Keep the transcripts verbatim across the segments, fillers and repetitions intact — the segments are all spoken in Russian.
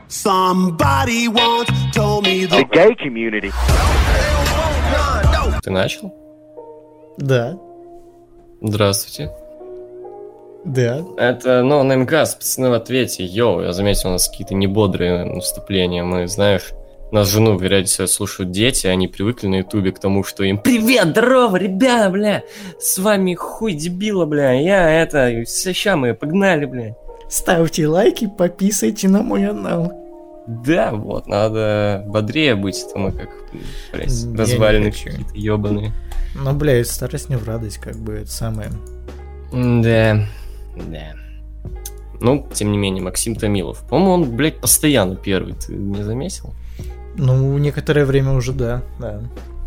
Somebody once told me the gay community. Ты начал? Да. Здравствуйте. Да. Это, ну, Неймкаст, пацаны в ответе. Йоу, я заметил, у нас какие-то небодрые вступления. Мы, знаешь, нас жену, вероятнее всего, слушают дети, они привыкли на ютубе к тому, что им «Привет, здорово, ребята, бля! С вами хуй дебила, бля, я это, ща мы, погнали, бля!» Ставьте лайки, подписывайте на мой канал. Да, вот, надо бодрее быть, а то мы как, блядь, Я развалины не хочу. какие-то ебаные. Ну, бля, старость не в радость, как бы, это самое. Да, да. Ну, тем не менее, Максим Томилов. По-моему, он, блядь, постоянно первый, ты не заметил? Ну, некоторое время уже, да, да.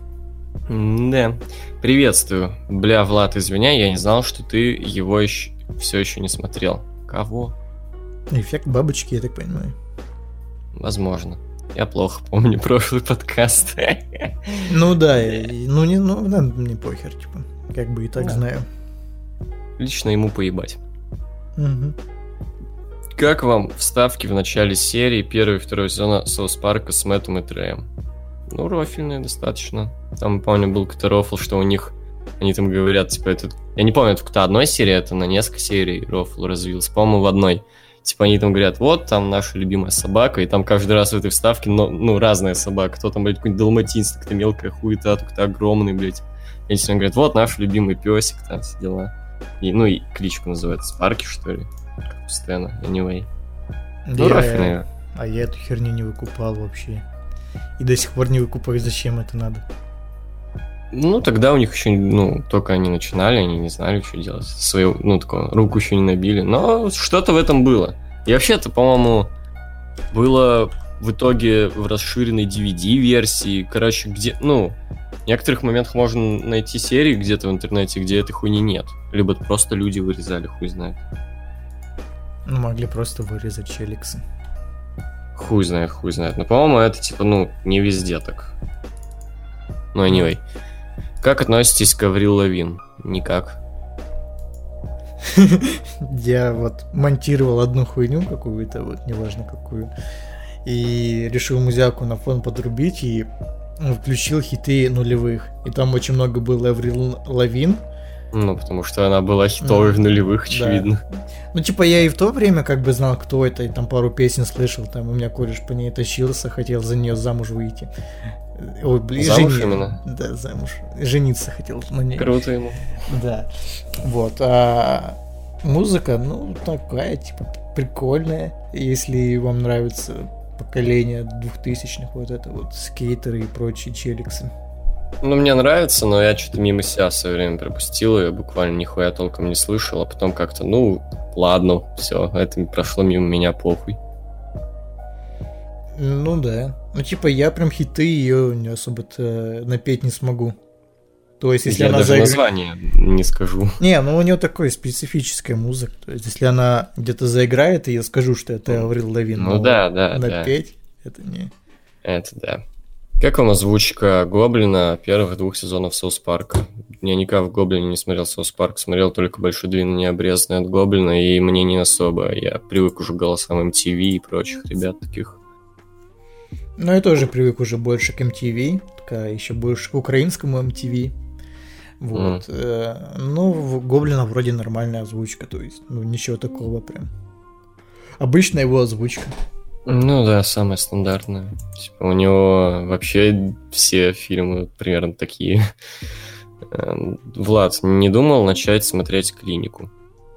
Да. Приветствую. Бля, Влад, извиняй, я не знал, что ты его еще все еще не смотрел. Кого? Эффект бабочки, я так понимаю. Возможно. Я плохо помню прошлый подкаст. Ну да, и- ну не, ну да, мне похер, типа, как бы и так Да. знаю. Лично ему поебать. Мгм. Как вам вставки в начале серии первого и второго сезона Соус Парка с Мэттом и Треем? Ну, рофильные достаточно. Там, помню, был какой-то рофл, что у них... Они там говорят, типа, это... Я не помню, это какая-то одной серии, это на несколько серий рофл развился. По-моему, в одной. Типа, они там говорят, вот, там наша любимая собака, и там каждый раз в этой вставке, ну, ну разная собака. Кто там, блядь, какой-нибудь далматинец, кто-то мелкая хуета, кто-то огромный, блядь. И они всегда говорят, вот наш любимый песик, там все дела. И, ну, и кличку называется Спарки, что ли? Как у Стэна, anyway. Ну, Я- рофильные. А я эту херню не выкупал вообще. И до сих пор не выкупаю, зачем это надо. Ну, тогда у них еще, ну, только они начинали, они не знали, что делать. Свою, ну, такую руку еще не набили. Но что-то в этом было. И вообще-то, по-моему, было в итоге в расширенной ди ви ди-версии. Короче, где, ну, в некоторых моментах можно найти серии где-то в интернете, где этой хуйни нет. Либо просто люди вырезали, хуй знает. Ну, могли просто вырезать челиксы. Хуй знает, хуй знает. Но, по-моему, это, типа, ну, не везде так. Ну, anyway. Как относитесь к Аврил Лавин? Никак. Я вот монтировал одну хуйню какую-то, вот неважно какую, и решил музяку на фон подрубить и включил хиты нулевых. И там очень много было Аврил Лавин. Ну, потому что она была хитовой в нулевых, очевидно. Ну, типа, я и в то время как бы знал, кто это, и там пару песен слышал, там у меня кореш по ней тащился, хотел за нее замуж выйти. Ой, блин, Замуж жени- именно? Да, замуж. Жениться хотел на ней. Круто ему. Да. Вот. А музыка, ну, такая, типа, прикольная. Если вам нравится поколение двухтысячных, вот это вот, скейтеры и прочие челиксы. Ну, мне нравится, но я что-то мимо себя в свое время пропустил, я буквально нихуя толком не слышал, а потом как-то, ну, ладно, все, это прошло мимо меня, похуй. Ну да. Ну, типа, я прям хиты ее не особо-то напеть не смогу. То есть, если я она даже заиграет... название не скажу. Не, ну у нее такой специфическая музыка. То есть, если она где-то заиграет, и я скажу, что это Аврил Лавин. Ну но да, да, да. напеть это не... Это да. Как вам озвучка Гоблина первых двух сезонов Соус Парка? Я никогда в Гоблине не смотрел Соус Парк, смотрел только Большой длинный необрезанный от Гоблина, и мне не особо. Я привык уже к голосам эм ти ви и прочих ребят таких. Ну, я тоже привык уже больше к эм ти ви, такая еще больше к украинскому эм ти ви. Вот. Mm. Ну, в Гоблина вроде нормальная озвучка, то есть, ну, ничего такого прям. Обычная его озвучка. Ну да, самая стандартная. Типа у него вообще все фильмы примерно такие. Влад, не думал начать смотреть «Клинику»?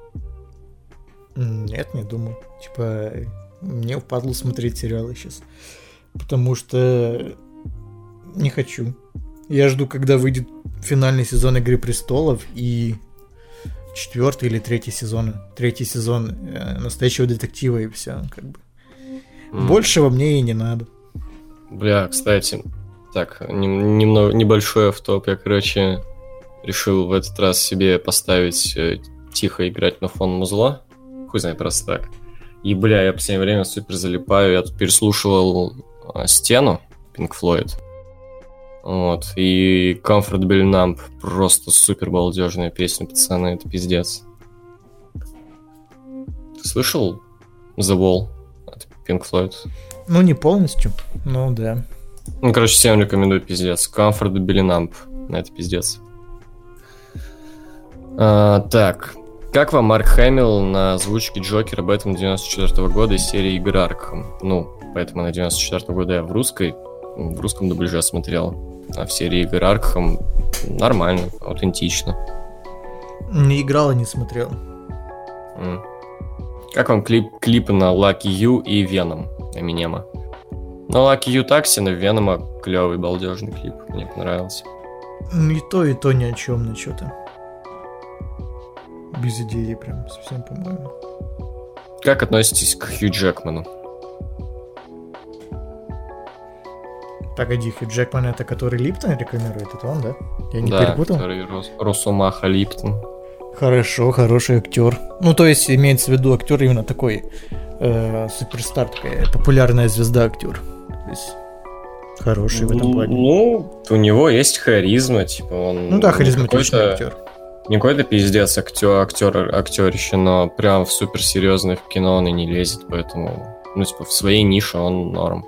Нет, не думал. Типа, мне впадло смотреть сериалы сейчас. Потому что не хочу. Я жду, когда выйдет финальный сезон «Игры престолов» и четвертый или третий сезон. Третий сезон э, «Настоящего детектива» и все, как бы. Mm. Большего мне и не надо. Бля, кстати, так, немного небольшой автоп. Я, короче, решил в этот раз себе поставить э, тихо играть на фон музло. Хуй знает, просто так. И, бля, я в последнее время супер залипаю. Я тут переслушивал э, «Стену» Pink Floyd. Вот. И Comfortable Numb. Просто супер балдежная песня, пацаны. Это пиздец. Ты слышал The Wall от Pink Floyd. Ну, не полностью, ну да. Ну, короче, всем рекомендую, пиздец. Comfort Billy Nump. Это пиздец. А, так. Как вам Марк Хэмилл на озвучке Джокера Бэтмена девяносто четвёртого года из серии игр Аркхем? Ну, Бэтмена девяносто четвёртого года я в русской, в русском дубляже смотрел. А в серии игр Аркхем нормально, аутентично. Не играл и не смотрел. Mm. Как вам клип, клипы на Lucky You и Venom Эминема? На Lucky You такси, на Венома клевый балдежный клип. Мне понравился. И то, и то ни о чем, на что-то. Без идеи прям совсем, по-моему. Как относитесь к Хью Джекману? Погоди, Хью Джекман это который Липтон рекламирует? Это он, да? Я не да, перепутал? Да, который Рос, Росомаха Липтон. Хорошо, хороший актер. Ну, то есть, имеется в виду актер именно такой э, суперстар, такая популярная звезда-актер. То есть, хороший в этом плане. Ну, у него есть харизма, типа он... Ну да, харизматичный актер. Не какой-то пиздец актер, актер, актерище, но прям в суперсерьезное в кино он и не лезет, поэтому, ну, типа, в своей нише он норм.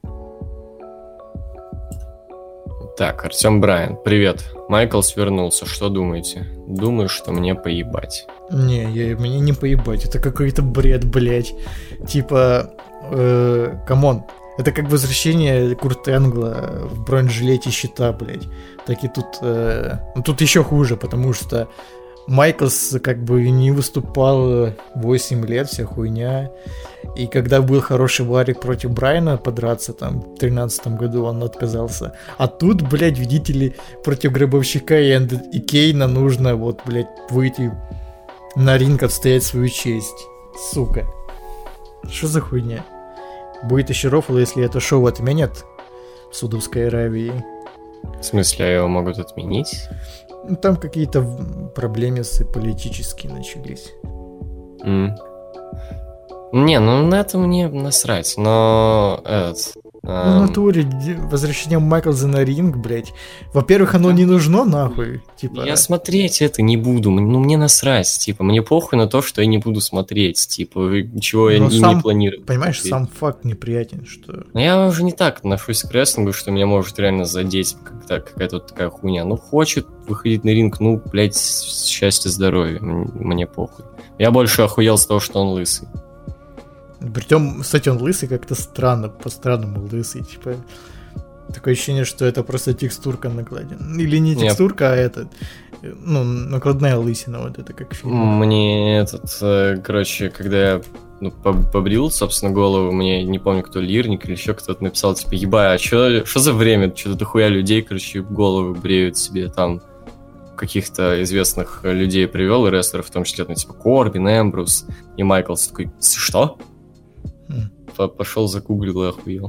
Так, Артем Брайан, привет. Майклс вернулся, что думаете? Думаю, что мне поебать. Не, я, мне не поебать, это какой-то бред, блять. Типа, э, камон, это как возвращение Курта Энгла в бронежилете щита, блять. Так и тут, э, ну, тут еще хуже, потому что Майклс как бы не выступал восемь лет, вся хуйня. И когда был хороший варик против Брайана подраться там в тринадцатом году, он отказался. А тут, блядь, видите ли, против Гробовщика и, Энд... и Кейна нужно вот, блядь, выйти на ринг, отстоять свою честь. Сука. Что за хуйня? Будет еще рофл, если это шоу отменят в Саудовской Аравии. В смысле, его могут отменить? Ну, там какие-то проблемы политические начались. Mm. Не, ну на это мне насрать, но... Этот, эм... Ну, в натуре, возвращение Майклза на ринг, блять. Во-первых, оно не нужно, нахуй. Типа... Я смотреть это не буду, ну мне насрать, типа, мне похуй на то, что я не буду смотреть, типа, чего я и сам, не планирую. Понимаешь, смотреть. Сам факт неприятен, что... Но я уже не так отношусь к рестлингу, что меня может реально задеть как-то, какая-то вот такая хуйня. Ну, хочет выходить на ринг, ну, блять, счастья, здоровья, мне похуй. Я больше охуел с того, что он лысый. Притом, кстати, он лысый как-то странно, по-странному лысый, типа... Такое ощущение, что это просто текстурка накладена. Или не текстурка, Нет. а это... Ну, накладная лысина, вот это как фильм. Мне этот, короче, когда я ну, побрил, собственно, голову, мне не помню, кто, Лирник или еще кто-то написал, типа, ебай, а что за время? Что-то дохуя людей, короче, головы бреют себе там. Каких-то известных людей привел, и рестлеров, в том числе, ну, типа, Корбин, Эмбрус и Майклс. Такой, что? Хм. Пошел, загуглил и охуел.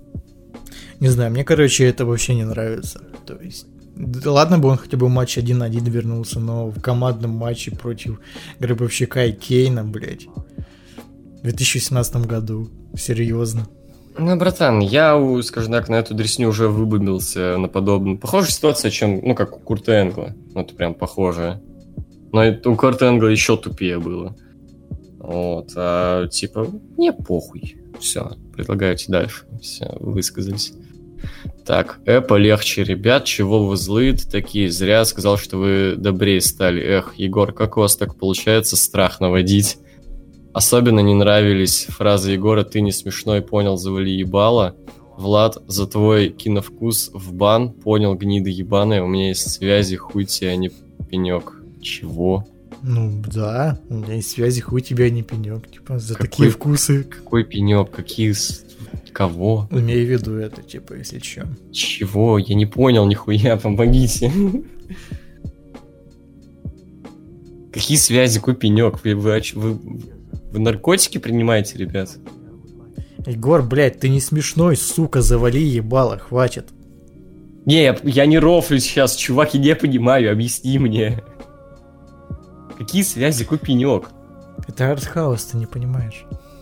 Не знаю, мне, короче, это вообще не нравится. То есть, да ладно бы он хотя бы в матч один на один вернулся, но в командном матче против Гробовщика и Кейна, блядь, в две тысячи семнадцатом году. Серьезно. Ну, братан, я, скажем так, на эту дресню уже выбубился на подобную. Похожая ситуация, чем, ну, как у Курта Энгла. Ну, это прям похожее. Но это у Курта Энгла еще тупее было. Вот, а типа, мне похуй. Все, предлагайте дальше. Все, высказались. Так, Эпа легче, ребят, чего вы злые такие? Зря сказал, что вы добрее стали. Эх, Егор, как у вас так получается страх наводить? Особенно не нравились фразы Егора «ты не смешной, понял, завали ебало». Влад, за твой киновкус в бан, понял, гнида ебаная, у меня есть связи, хуй тебе, а не пенек. Чего? Ну да, у меня есть связи, хуй тебе, а не пенек. Типа, за какой, такие вкусы. Какой пенек? Какие... Кого? Имею в виду это, типа, если что. Чего? Я не понял нихуя, помогите. Какие связи, какой пенек? Вы, вы, вы, вы наркотики принимаете, ребят? Егор, блядь, ты не смешной, сука, завали ебало, хватит. Не, я, я не рофлю сейчас, чувак, я не понимаю, объясни мне. Какие связи, какой пенек? Это артхаус, ты не понимаешь.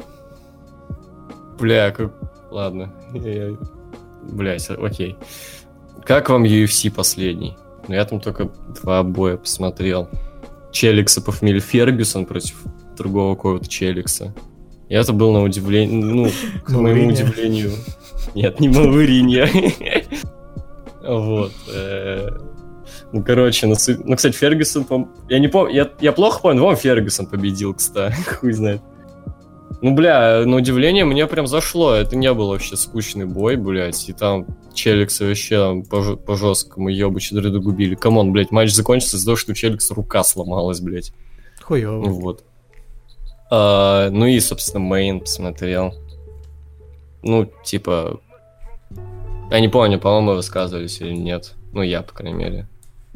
Бля, как... Ладно. Блять, окей. Как вам ю эф си последний? Ну, я там только два боя посмотрел. Челикса по фамилии Фергюсон против другого какого-то Челикса. И это было на удивление, ну, к моему удивлению. Нет, не Мавринья. Вот. Ну, короче, ну, ну, кстати, Фергюсон, по... я не помню, я, я плохо помню, по-моему, Фергюсон победил, кстати, хуй знает. Ну, бля, на удивление мне прям зашло, это не был вообще скучный бой, блядь, и там Челикса вообще по, по жесткому ебучи друг друга губили. Камон, блядь, матч закончился из-за того, что у Челикса рука сломалась, блядь. Хуёво. Вот. А, ну и, собственно, мейн посмотрел. Ну, типа... Я не помню, по-моему, мы высказывались или нет. Ну, я, по крайней мере.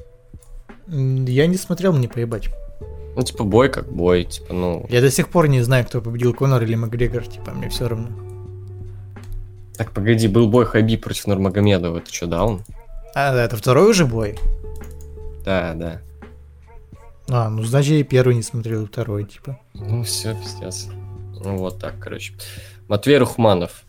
Я не смотрел, мне поебать. Ну, типа, бой как бой, типа, ну... Я до сих пор не знаю, кто победил, Конор или Макгрегор, типа, мне все равно. Так, погоди, был бой Хабиб против Нурмагомедова, это что, даун? А, да, это второй уже бой? Да, да. А, ну, значит, я и первый не смотрел, и второй, типа. Ну, все, пиздец. Ну, вот так, короче. Матвей Рухманов.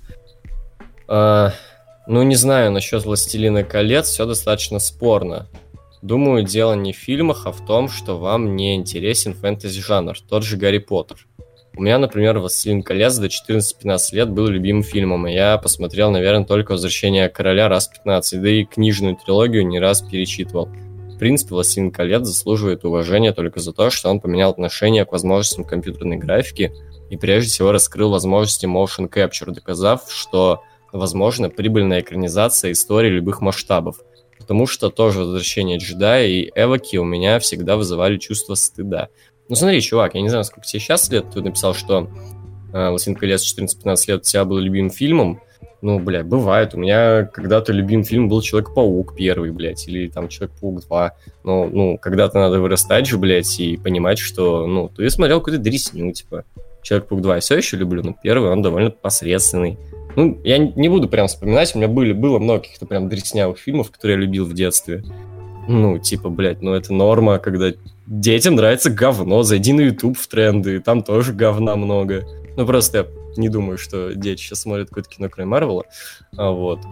А, ну, не знаю, насчет «Властелина колец» все достаточно спорно. Думаю, дело не в фильмах, а в том, что вам не интересен фэнтези-жанр, тот же Гарри Поттер. У меня, например, «Властелин колец» до четырнадцати-пятнадцати лет был любимым фильмом, и я посмотрел, наверное, только «Возвращение короля» раз пятнадцать, да и книжную трилогию не раз перечитывал. В принципе, «Властелин колец» заслуживает уважения только за то, что он поменял отношение к возможностям компьютерной графики и прежде всего раскрыл возможности motion capture, доказав, что возможна прибыльная экранизация истории любых масштабов. Потому что тоже «Возвращение джедая» и «Эвоки» у меня всегда вызывали чувство стыда. Ну смотри, чувак, я не знаю, сколько тебе сейчас лет, ты написал, что э, «Властелин колец» четырнадцать-пятнадцать лет у тебя был любимым фильмом. Ну, бля, бывает. У меня когда-то любимый фильм был «Человек-паук» первый, блядь, или там «Человек-паук два». Но, ну, когда-то надо вырастать же, блядь, и понимать, что, ну, ты смотрел какую-то дресню, типа «Человек-паук два» я все еще люблю, но первый, он довольно посредственный. Ну, я не буду прям вспоминать, у меня были, было много каких-то прям дреснявых фильмов, которые я любил в детстве. Ну, типа, блядь, ну это норма, когда детям нравится говно, зайди на YouTube в тренды, там тоже говна много. Ну, просто я не думаю, что дети сейчас смотрят какое-то кино, кроме Марвела. А вот.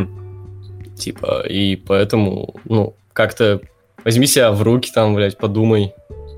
Типа, и поэтому, ну, как-то возьми себя в руки там, блядь, подумай.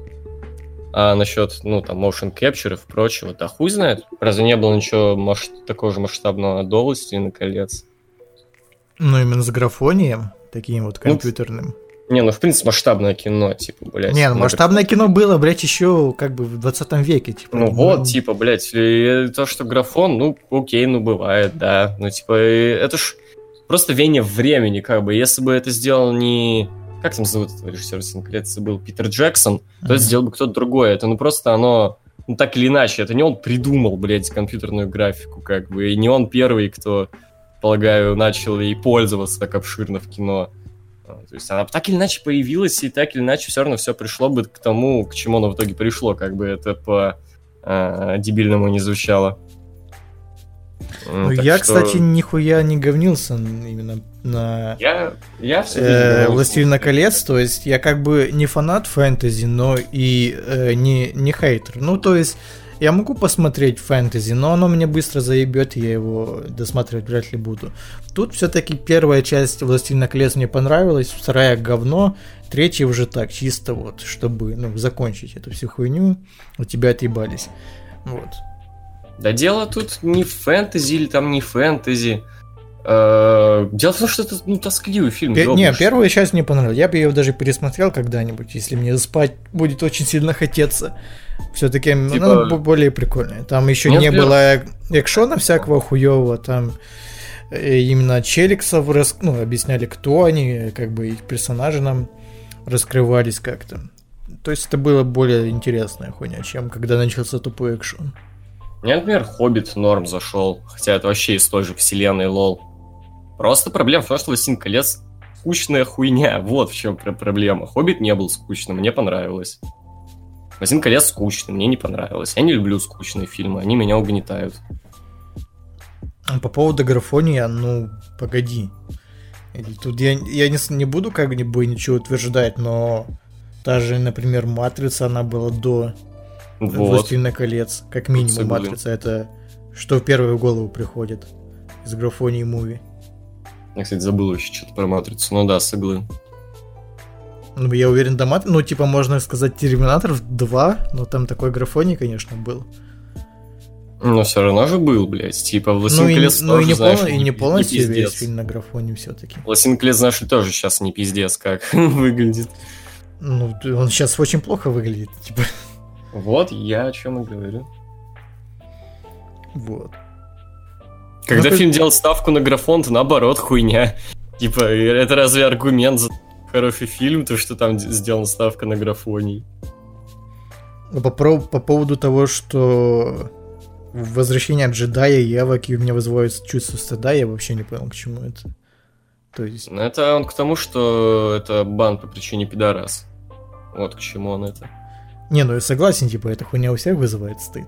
А насчет, ну, там, motion capture и прочего, да хуй знает. Разве не было ничего маш... такого же масштабного до «Властелина колец»? Ну, именно с графонием, таким вот компьютерным. Ну, не, ну, в принципе, масштабное кино, типа, блядь. Не, ну, масштабное кино было, блядь, еще как бы в двадцатом веке, типа. Ну, вот, ну... типа, блядь, то, что графон, ну, окей, ну, бывает, да. Ну, типа, это ж просто веяние времени, как бы. Если бы это сделал не... Как там зовут этого режиссера «Властелина колец»? Был Питер Джексон, mm-hmm. то это сделал бы кто-то другой. Это, ну, просто оно... Ну, так или иначе, это не он придумал, блядь, компьютерную графику, как бы, и не он первый, кто, полагаю, начал ей пользоваться так обширно в кино. То есть она так или иначе появилась, и так или иначе все равно все пришло бы к тому, к чему оно в итоге пришло, как бы это по э, дебильному не звучало. Ну, я, что... кстати, нихуя не говнился именно на я, я все э, «Властелина колец», то есть я как бы не фанат фэнтези, но и э, не, не хейтер. Ну, то есть я могу посмотреть фэнтези, но оно мне быстро заебет, и я его досматривать вряд ли буду. Тут все-таки первая часть «Властелина колец» мне понравилась, вторая говно, третья уже так, чисто вот, чтобы, ну, закончить эту всю хуйню, у тебя отъебались. Вот. Да дело тут не в фэнтези или там не фэнтези. Дело в том, что это, ну, тоскливый фильм. Пер- не, первую часть мне понравилась. Я бы ее даже пересмотрел когда-нибудь, если мне спать будет очень сильно хотеться. Все-таки типа... она более прикольная. Там еще не вперед. Было экшона всякого хуевого. Там именно челиксов рас... ну, объясняли, кто они, как бы их персонажи нам раскрывались как-то. То есть это было более интересная хуйня, чем когда начался тупой экшон. Мне, например, «Хоббит» норм зашел, хотя это вообще из той же вселенной, лол. Просто проблема в том, что «Властелин колец» скучная хуйня, вот в чем проблема. «Хоббит» не был скучным, мне понравилось. «Властелин колец» скучный, мне не понравилось. Я не люблю скучные фильмы, они меня угнетают. По поводу графонии, ну, погоди. Тут я, я не, не буду как бы ничего утверждать, но та же, например, «Матрица», она была до... Вот. «Властелина колец», как минимум. «Матрица» — это что в первую голову приходит из графонии муви. Я, кстати, забыл вообще что-то про «Матрицу», ну да, с иглы. Ну, я уверен, до «Матрицы», ну, типа, можно сказать, «Терминатор два», но там такой графоний, конечно, был. Но все равно же был, блядь. Типа, «Властелин Ну и, колец» ну, и, тоже, не, знаешь, полно, и не полностью не весь пиздец. фильм на графоне все-таки. «Властелин колец», знаешь, тоже сейчас не пиздец как выглядит. Ну, он сейчас очень плохо выглядит, типа. Вот я о чем и говорю. Вот. Когда Ну, фильм делал ставку на графон, то наоборот, хуйня. Типа, это разве аргумент за хороший фильм, то, что там сделана ставка на графоний? По, по, по поводу того, что «Возвращение джедая» и «Аваки» у меня вызывают чувство стыда, я вообще не понял, к чему это. То есть... Ну, это он к тому, что это бан по причине пидорас. Вот к чему он это. Не, ну я согласен, типа, эта хуйня у всех вызывает стыд.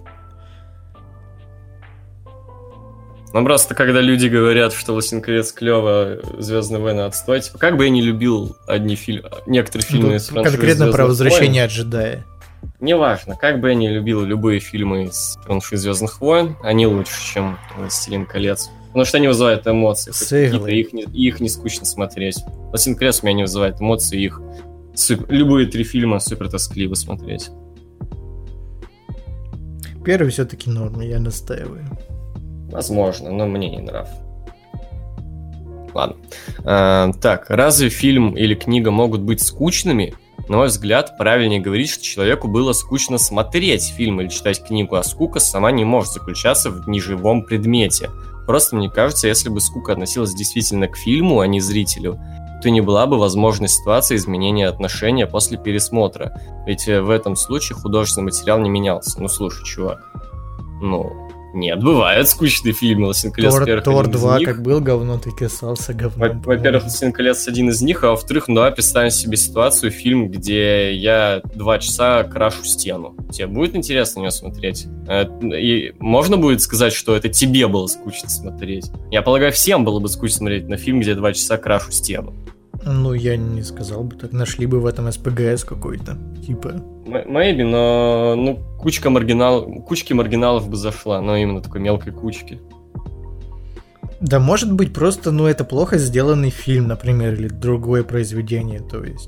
Ну, просто когда люди говорят, что «Властелин колец» клёво, «Звездные войны» отстой, типа, как бы я не любил одни фильмы, некоторые фильмы Ну, из франшизы конкретно про «Звездных «Возвращение войн». джедая». Неважно, как бы я не любил любые фильмы из франшизы «Звездных войн», они лучше, чем «Властелин колец». Потому что они вызывают эмоции. Какие-то, их, не, их не скучно смотреть. «Властелин колец» у меня не вызывает эмоции, их супер, любые три фильма супер тоскливо смотреть. Первый все-таки норм, я настаиваю. Возможно, но мне не нравится. Ладно. А, так, разве фильм или книга могут быть скучными? На мой взгляд, правильнее говорить, что человеку было скучно смотреть фильм или читать книгу, а скука сама не может заключаться в неживом предмете. Просто мне кажется, если бы скука относилась действительно к фильму, а не зрителю, то не была бы возможной ситуации изменения отношения после пересмотра. Ведь в этом случае художественный материал не менялся. Ну, слушай, чувак, ну... Нет, бывают скучные фильмы. «Властелин колец» Тор, во-первых, Тор один из два них. как был говно, так и остался говном. Во- Во-первых, «Властелин колец» один из них, а во-вторых, ну, давай представим себе ситуацию, фильм, где я два часа крашу стену. Тебе будет интересно на него смотреть? Э, И можно будет сказать, что это тебе было скучно смотреть? Я полагаю, всем было бы скучно смотреть на фильм, где я два часа крашу стену. Ну, я не сказал бы так. Нашли бы в этом эс пэ гэ эс какой-то. Типа... Maybe, но ну, кучка маргинал... кучки маргиналов бы зашла, но именно такой мелкой кучки. Да, может быть, просто, ну, это плохо сделанный фильм, например, или другое произведение, то есть...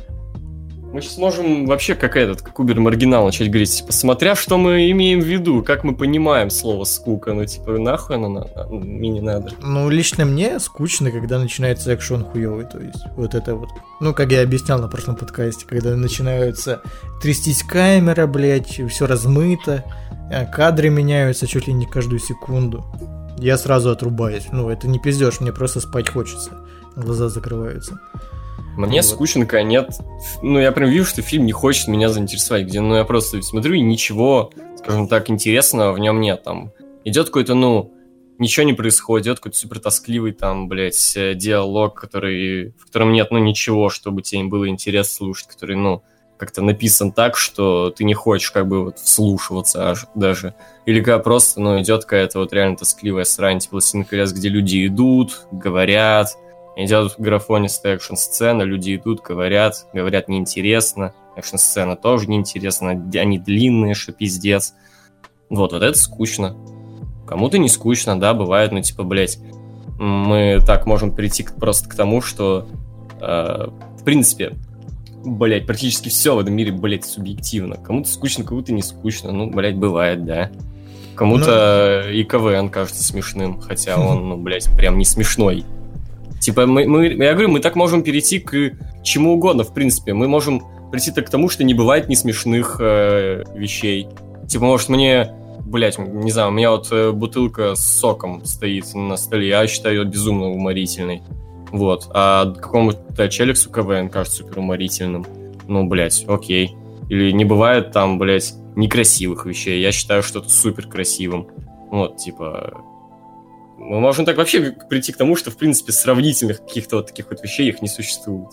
Мы сейчас можем вообще как этот, как Убер-маргинал начать говорить, типа, смотря что мы имеем в виду, как мы понимаем слово «скука», ну, типа, нахуй оно на... мне не надо. Ну, лично мне скучно, когда начинается экшон хуёвый, то есть, вот это вот. Ну, как я объяснял на прошлом подкасте, когда начинаются трястись камера, блять, все размыто, кадры меняются чуть ли не каждую секунду. Я сразу отрубаюсь. Ну, это не пиздёж, мне просто спать хочется. Глаза закрываются. Мне вот. скучно, когда нет... Ну, я прям вижу, что фильм не хочет меня заинтересовать, где, ну, я просто смотрю, и ничего, скажем так, интересного в нем нет. Там идет какой-то, ну, ничего не происходит, идет какой-то супер тоскливый, там, блядь, диалог, который... в котором нет, ну, ничего, чтобы тебе было интересно слушать, который, ну, как-то написан так, что ты не хочешь, как бы, вот, вслушиваться аж даже. Или когда просто, ну, идет какая-то вот реально тоскливая срань, типа «Властелин колец», где люди идут, говорят... Идет графонистая экшн-сцена, люди идут, говорят, говорят неинтересно, экшн-сцена тоже неинтересна, они длинные, что пиздец. Вот, вот это скучно. Кому-то не скучно, да, бывает, ну типа, блять, мы так можем прийти к, просто к тому, что, э, в принципе, блять, практически все в этом мире, блять, субъективно. Кому-то скучно, кому-то не скучно, ну, блять, бывает, да. Кому-то ну... и КВН кажется смешным, хотя он, ну, блять, прям не смешной. Типа, мы, мы, я говорю, мы так можем перейти к чему угодно, в принципе. Мы можем прийти так к тому, что не бывает несмешных э, вещей. Типа, может, мне, блять, не знаю, у меня вот э, бутылка с соком стоит на столе, я считаю ее безумно уморительной. Вот. А какому-то челиксу КВН кажется супер уморительным. Ну, блять, окей. Или не бывает там, блять, некрасивых вещей. Я считаю что-то супер красивым. Вот, типа... Мы можем так вообще прийти к тому, что, в принципе, сравнительных каких-то вот таких вот вещей их не существует.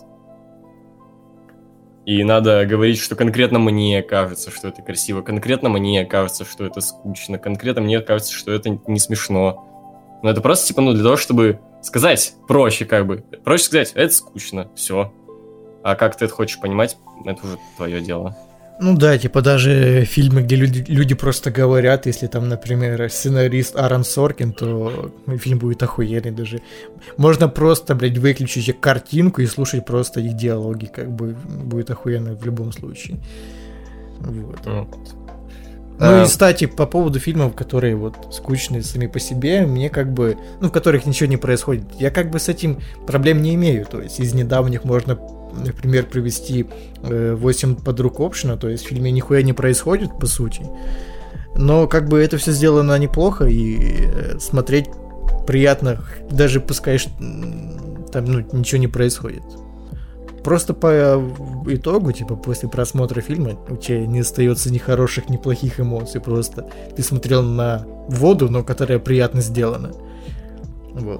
И надо говорить, что конкретно мне кажется, что это красиво, конкретно мне кажется, что это скучно, конкретно мне кажется, что это не смешно. Но это просто, типа, ну, для того, чтобы сказать проще, как бы. Проще сказать, это скучно, все. А как ты это хочешь понимать, это уже твое дело. Ну да, типа даже фильмы, где люди, люди просто говорят, если там, например, сценарист Аарон Соркин, то фильм будет охуенный даже. Можно просто, блядь, выключить картинку и слушать просто их диалоги, как бы будет охуенно в любом случае. Вот. Ну А. и, кстати, по поводу фильмов, которые вот скучные сами по себе, мне как бы, ну, в которых ничего не происходит, я как бы с этим проблем не имею. То есть из недавних можно, например, привести э, «Восемь подруг Опшена», то есть в фильме нихуя не происходит, по сути. Но как бы это все сделано неплохо, и э, смотреть приятно, даже пускай там ну, ничего не происходит. Просто по итогу, типа, после просмотра фильма у тебя не остается ни хороших, ни плохих эмоций. Просто ты смотрел на воду, но которая приятно сделана. Вот.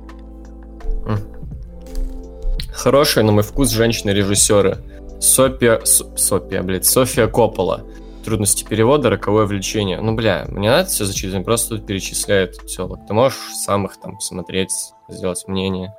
Хорошие, на мой вкус, женщины-режиссеры. София... С- София, блядь, София Коппола. Трудности перевода, роковое влечение. Ну, бля, мне надо все зачитывать, он просто тут перечисляет телок. Ты можешь сам их там посмотреть, сделать мнение.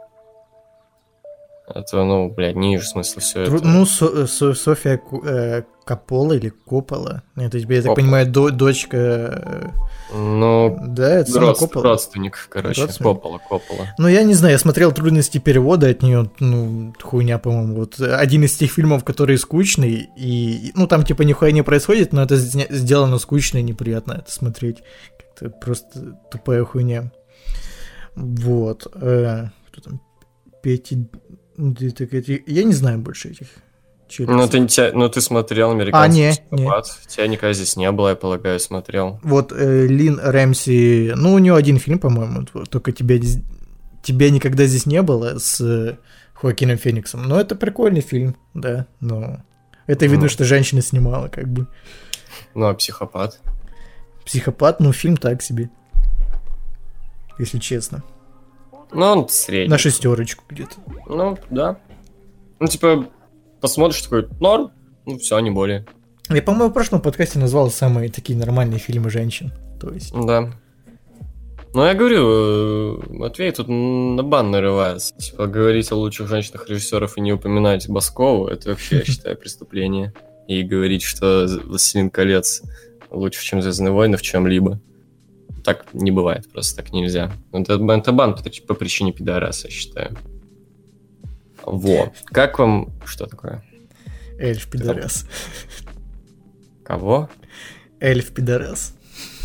Это, ну, блядь, ниже смысла все Тру- это. Ну, Со- Со- София Ку- э, Коппола или Коппола. Это тебе, я так Коппола. понимаю, до- дочка... э, Ну, Да, это сама родст- Коппола. родственник, короче, Родственник? Коппола, Коппола. Ну, я не знаю, я смотрел «Трудности перевода» от нее, ну, хуйня, по-моему. Вот один из тех фильмов, который скучный, и, ну, там, типа, нихуя не происходит, но это зня- сделано скучно и неприятно это смотреть. Как-то просто тупая хуйня. Вот. Э, кто там? Петя... Я не знаю больше этих челюстей. Ну, ты, не тебя- ну, ты смотрел «Американский А, не, психопат». Тебя никогда здесь не было, я полагаю, смотрел. Вот э, Лин Рэмси, ну, у него один фильм, по-моему, вот, только тебя, здесь- тебя никогда здесь не было с э, Хоакином Фениксом. Но это прикольный фильм, да, но это видно, Ну. что женщина снимала, как бы. Ну, а «Психопат»? Психопат, ну, фильм так себе, если честно. Ну, он средний. На шестерочку где-то. Ну, да. Ну, типа, посмотришь такой, норм, ну, все, не более. Я, по-моему, в прошлом подкасте назвал самые такие нормальные фильмы женщин. То есть. Да. Ну, я говорю, э, Матвей тут на бан нарывается. Типа, говорить о лучших женщинах режиссеров и не упоминать Баскову, это вообще, я считаю, преступление. И говорить, что «Властелин колец» лучше, чем «Звездные войны» в чем-либо. Так не бывает, просто так нельзя. Это, это бан по, по причине пидораса, я считаю. Во. Как вам... Что такое? Эльф пидорас. Кого? Эльф пидорас.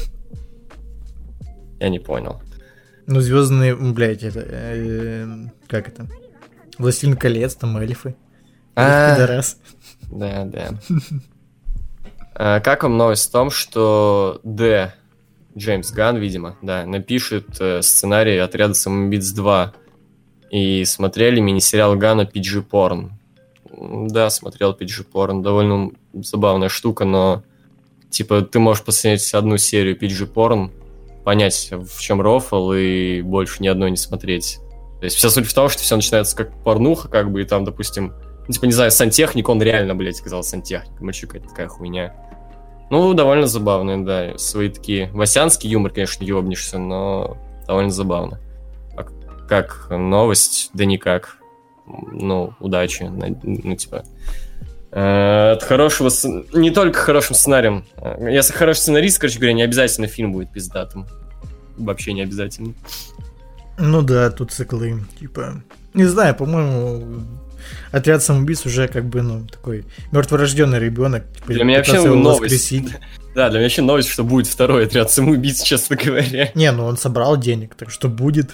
Я не понял. Ну, звездные, блядь, это. э, как это? Властелин колец, там эльфы. А, Эльф пидорас. Да, да. А, Как вам новость в том, что Д. Джеймс Ганн, видимо, да, напишет э, сценарий «Отряда самоубийц два». И смотрели мини-сериал Ганна пи джи Porn. М, Да, смотрел пи джи Porn. Довольно забавная штука, но типа ты можешь посмотреть одну серию пи джи Porn, понять, в чем рофл, и больше ни одной не смотреть. То есть вся суть в том, что все начинается как порнуха, как бы, и там, допустим, ну, типа, не знаю, сантехник, он реально, блядь, сказал сантехник. Мальчик, это такая хуйня. Ну, довольно забавно, да. Свои такие... Васянский юмор, конечно, ёбнешься, но довольно забавно. А как новость? Да никак. Ну, удачи. Ну, типа... э, От хорошего... сц- Не только хорошим сценарием. Э, Если хороший сценарист, короче говоря, не обязательно фильм будет пиздатым. Вообще не обязательно. Ну да, тут циклы, типа... Не знаю, по-моему, «Отряд самоубийц» уже как бы, ну, такой мертворожденный ребенок. Типа, Для меня вообще пытаться его новость. воскресить. Да, для меня вообще новость, что будет второй «Отряд самоубийц», честно говоря. Не, ну он собрал денег, так что будет.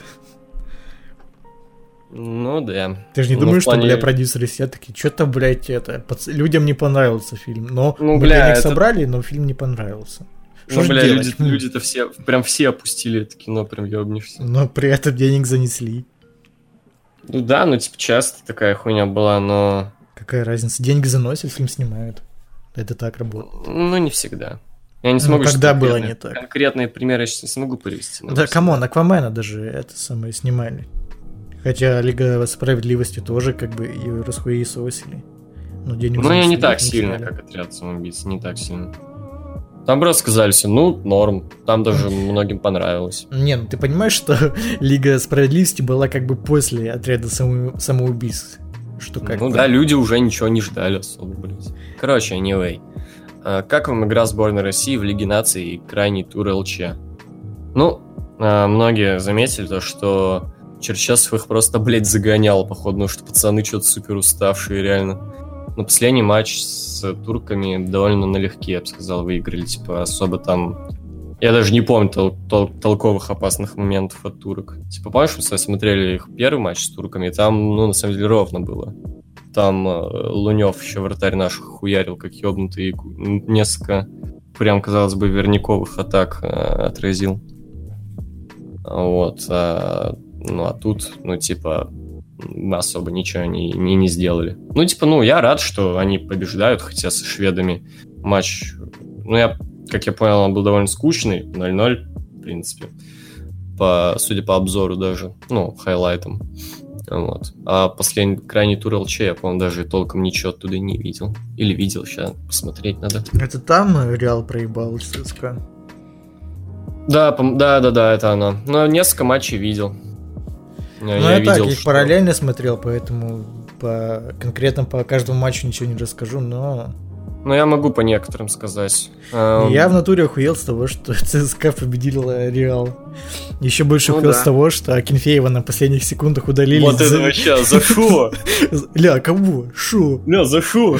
Ну, да. Ты же не Ну, думаешь, в плане- что, бля, продюсеры сидят такие, что-то, блядь, это, пац- людям не понравился фильм. Но Ну, мы бля, денег это- собрали, но фильм не понравился. Что Ну, ж бля, делать? люди, М. люди-то все, прям все опустили это кино, прям ёбнешься. Но при этом денег занесли. Ну да, ну типа часто такая хуйня была, но... Какая разница? Деньги заносят, фильм снимают. Это так работает. Ну, не всегда. Я не Ну, смогу... когда сейчас было конкретные- не так? Конкретные примеры я сейчас не смогу привести. но Да, всегда. камон, Аквамена даже это самое снимали. Хотя Лига Справедливости тоже как бы ее расхуесосили. Но денег Ну, я не занесли, так не сильно, сняли. как «Отряд самоубийц», не так сильно. Там просто сказали все, ну, норм. Там даже многим понравилось. Не, ну ты понимаешь, что Лига Справедливости была как бы после Отряда само- самоубийц. Что как Ну бы- да, люди уже ничего не ждали особо, блядь. Короче, anyway. А, Как вам игра сборной России в Лиге наций и крайний тур ЛЧ? Ну, а, многие заметили то, что Черчесов их просто, блядь, загонял, походу, ну что пацаны что-то супер уставшие, реально. Но последний матч с турками довольно налегке, я бы сказал, выиграли. Типа, особо там... Я даже не помню тол- тол- толковых опасных моментов от турок. Типа, помнишь, мы смотрели их первый матч с турками, и там, ну, на самом деле, ровно было. Там э, Лунёв, еще вратарь наш, хуярил как ёбнутый, и несколько, прям, казалось бы, верняковых атак э, отразил. Вот. А, ну, а тут, ну, типа, особо ничего не, не, не сделали. Ну, типа, ну, я рад, что они побеждают, хотя со шведами матч... Ну, я... Как я понял, он был довольно скучный, ноль-ноль, в принципе, по, судя по обзору даже, ну, хайлайтам. Вот. А последний крайний тур эл че, я, по-моему, даже толком ничего оттуда не видел. Или видел, сейчас посмотреть надо. Это там Реал проебал ЦСКА? Да, пом- да, да, да, это оно. Но несколько матчей видел. Я, ну, я, я видел, так, их что... параллельно смотрел, поэтому по... конкретно по каждому матчу ничего не расскажу, но... Ну, я могу по некоторым сказать. Um... Я в натуре охуел с того, что ЦСКА победила Реал. Еще больше ну, охуел да. с того, что Акинфеева на последних секундах удалили. Вот это вообще, за шо? Ля, кого? Шо? Ля, за шо?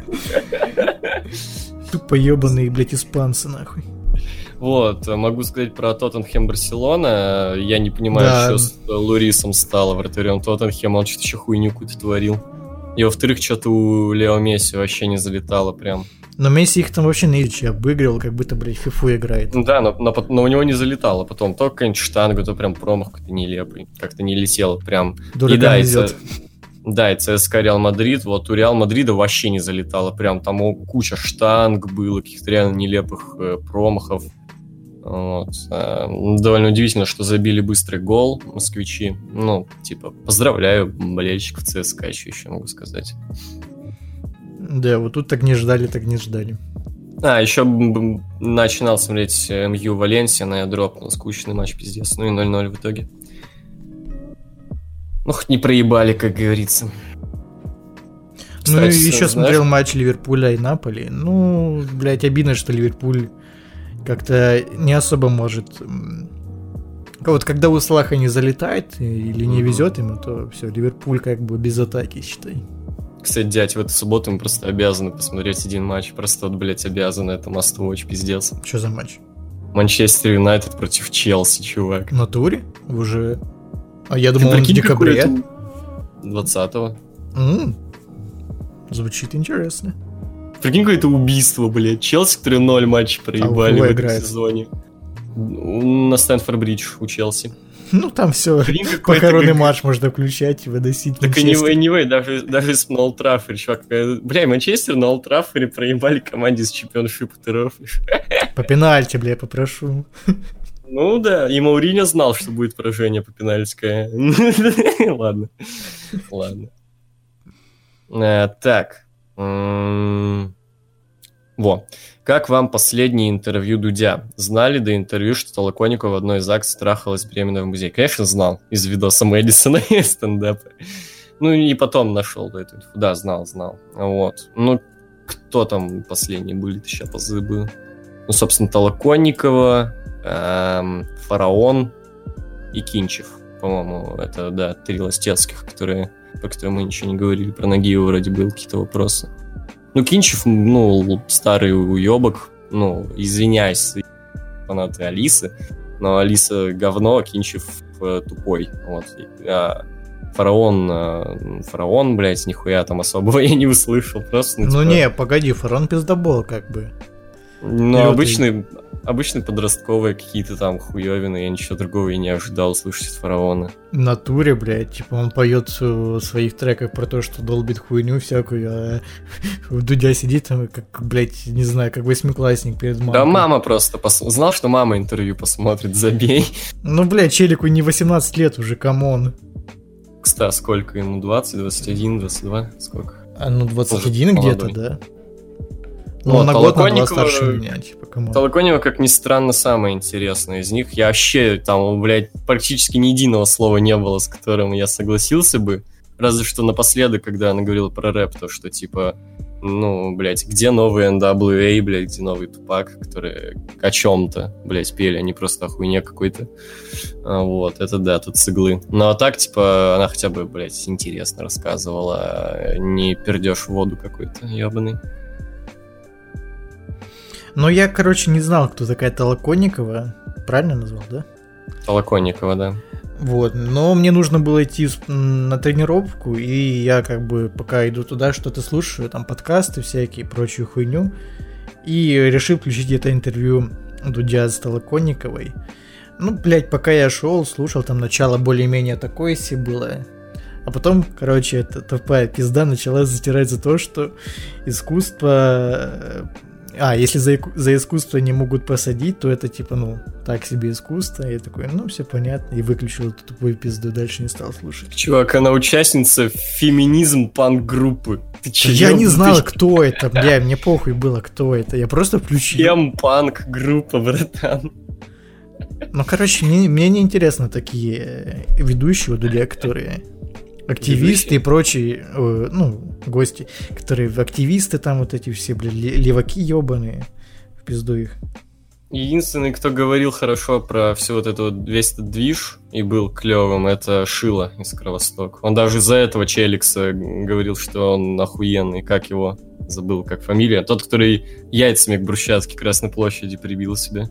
Тупо ебаные, блядь, испанцы, нахуй. Вот, могу сказать про Тоттенхэм Барселона. Я не понимаю, да. что с Лурисом стало вратарем Тоттенхэма. Он что-то еще хуйню какую-то творил. И во-вторых, что-то у Лео Месси вообще не залетало прям. Но Месси их там вообще на ичи обыгрывал, как будто, блядь, фифу играет. Да, но, но, но у него не залетало потом. То какая-нибудь штанга, то прям промах какой-то нелепый. Как-то не летело прям. Дуракам и да, везет. И, да, и ЦСКА Реал Мадрид. Вот у Реал Мадрида вообще не залетало. Прям там куча штанг было, каких-то реально нелепых э, промахов. Вот. Довольно удивительно, что забили быстрый гол москвичи. Ну, типа, поздравляю болельщиков ЦСКА, еще, еще могу сказать. Да, вот тут так не ждали, так не ждали. А, еще начинал смотреть МЮ Валенсия, но я дропнул. Скучный матч, пиздец. Ну и ноль-ноль в итоге. Ну, хоть не проебали, как говорится. Кстати, ну, еще знаешь... смотрел матч Ливерпуля и Наполи. Ну, блядь, обидно, что Ливерпуль как-то не особо может... Вот когда у Салаха не залетает или не везет ему, то все, Ливерпуль как бы без атаки, считай. Кстати, дядь, в эту субботу мы просто обязаны посмотреть один матч. Просто вот, блядь, обязаны. Это must watch, пиздец. Что за матч? Манчестер Юнайтед против Челси, чувак. На туре? Уже? А я думал, он в декабре. двадцатого. Mm. Звучит интересно. Прикинь, какое-то убийство, блядь. Челси, которые ноль матчей проебали а в этом играет? сезоне. На Стэнфорд-Бридж у Челси. Ну, там все, похоронный как... матч можно включать и выносить. Так anyway, anyway, даже, даже на Олд Траффорде, чувак. Бля, Манчестер на Олд Траффорде проебали команде с чемпионшипа ТРФ. По пенальти, бля, попрошу. Ну да, и Мауриньо знал, что будет поражение по пенальтикое. Ладно, ладно. Так. Во. Как вам последнее интервью Дудя? Знали до интервью, что Толоконникова в одной из акций трахалась беременной в музее? Конечно, знал. Из видоса Мэдисона и стендапа. Ну, и потом нашел эту инфу. Да, знал, знал. Вот. Ну, кто там последние были, ты сейчас позабыл. Ну, собственно, Толоконникова, эм, Фараон и Кинчев. По-моему, это, да, три Ластецких, которые, по которым мы ничего не говорили. Про Нагиева вроде были какие-то вопросы. Ну, Кинчев, ну, старый уебок, ну, извиняюсь, фанаты Алисы, но Алиса говно, Кинчев э, тупой, вот. А Фараон, э, Фараон, блядь, нихуя там особого я не услышал, просто... Ну, ну типа... не, погоди, Фараон пиздобол, как бы. Ну, обычный, обычный подростковые какие-то там хуёвины, я ничего другого и не ожидал услышать от Фараона. В натуре, блядь, типа он поет в своих треках про то, что долбит хуйню всякую, а Дудя сидит там, как, блядь, не знаю, как восьмиклассник перед мамой. Да мама просто пос... знал, что мама интервью посмотрит, забей. Ну, блядь, челику не восемнадцать лет уже, камон. Кстати, сколько ему? двадцать, двадцать один, двадцать два? Сколько? А ну двадцать один где-то, да. Ну, он на год, на два старше меня, типа, кому. Толоконникова, как ни странно, самая интересная из них. Я вообще, там, блядь, практически ни единого слова не было, с которым я согласился бы. Разве что напоследок, когда она говорила про рэп, то, что, типа, ну, блядь, где новый эн дабл ю эй, блядь, где новый Тупак, которые о чем-то, блядь, пели, а не просто о хуйне какой-то. А, вот, это да, тут с иглы. Ну, а так, типа, она хотя бы, блядь, интересно рассказывала, не пердеж в воду какой-то ебаный. Ну, я, короче, не знал, кто такая Толоконникова. Правильно назвал, да? Толоконникова, да. Вот, но мне нужно было идти на тренировку, и я как бы пока иду туда, что-то слушаю, там подкасты всякие, прочую хуйню, и решил включить это интервью Дудя с Толоконниковой. Ну, блядь, пока я шел, слушал, там начало более-менее такое себе было, а потом, короче, эта тупая пизда начала затирать за то, что искусство... А, если за, за искусство не могут посадить, то это типа, ну, так себе искусство. И я такой, ну, все понятно. И выключил эту тупую пизду, дальше не стал слушать. Чувак, она участница феминизм панк-группы. Ты че, я еб... не знал, ты... кто это, бля, мне похуй было, кто это. Я просто включил. Фем-панк-группа, братан. Ну, короче, мне, мне не интересны такие ведущие, Дудя, которые... Активисты и прочие, э, ну, гости, которые активисты там вот эти все, блин, леваки ебаные, в пизду их. Единственный, кто говорил хорошо про все вот это вот, весь этот движ и был клевым, это Шила из Кровосток. Он даже из-за этого Челикса говорил, что он охуенный, как его, забыл, как фамилия. Тот, который яйцами к брусчатке Красной площади прибил себе.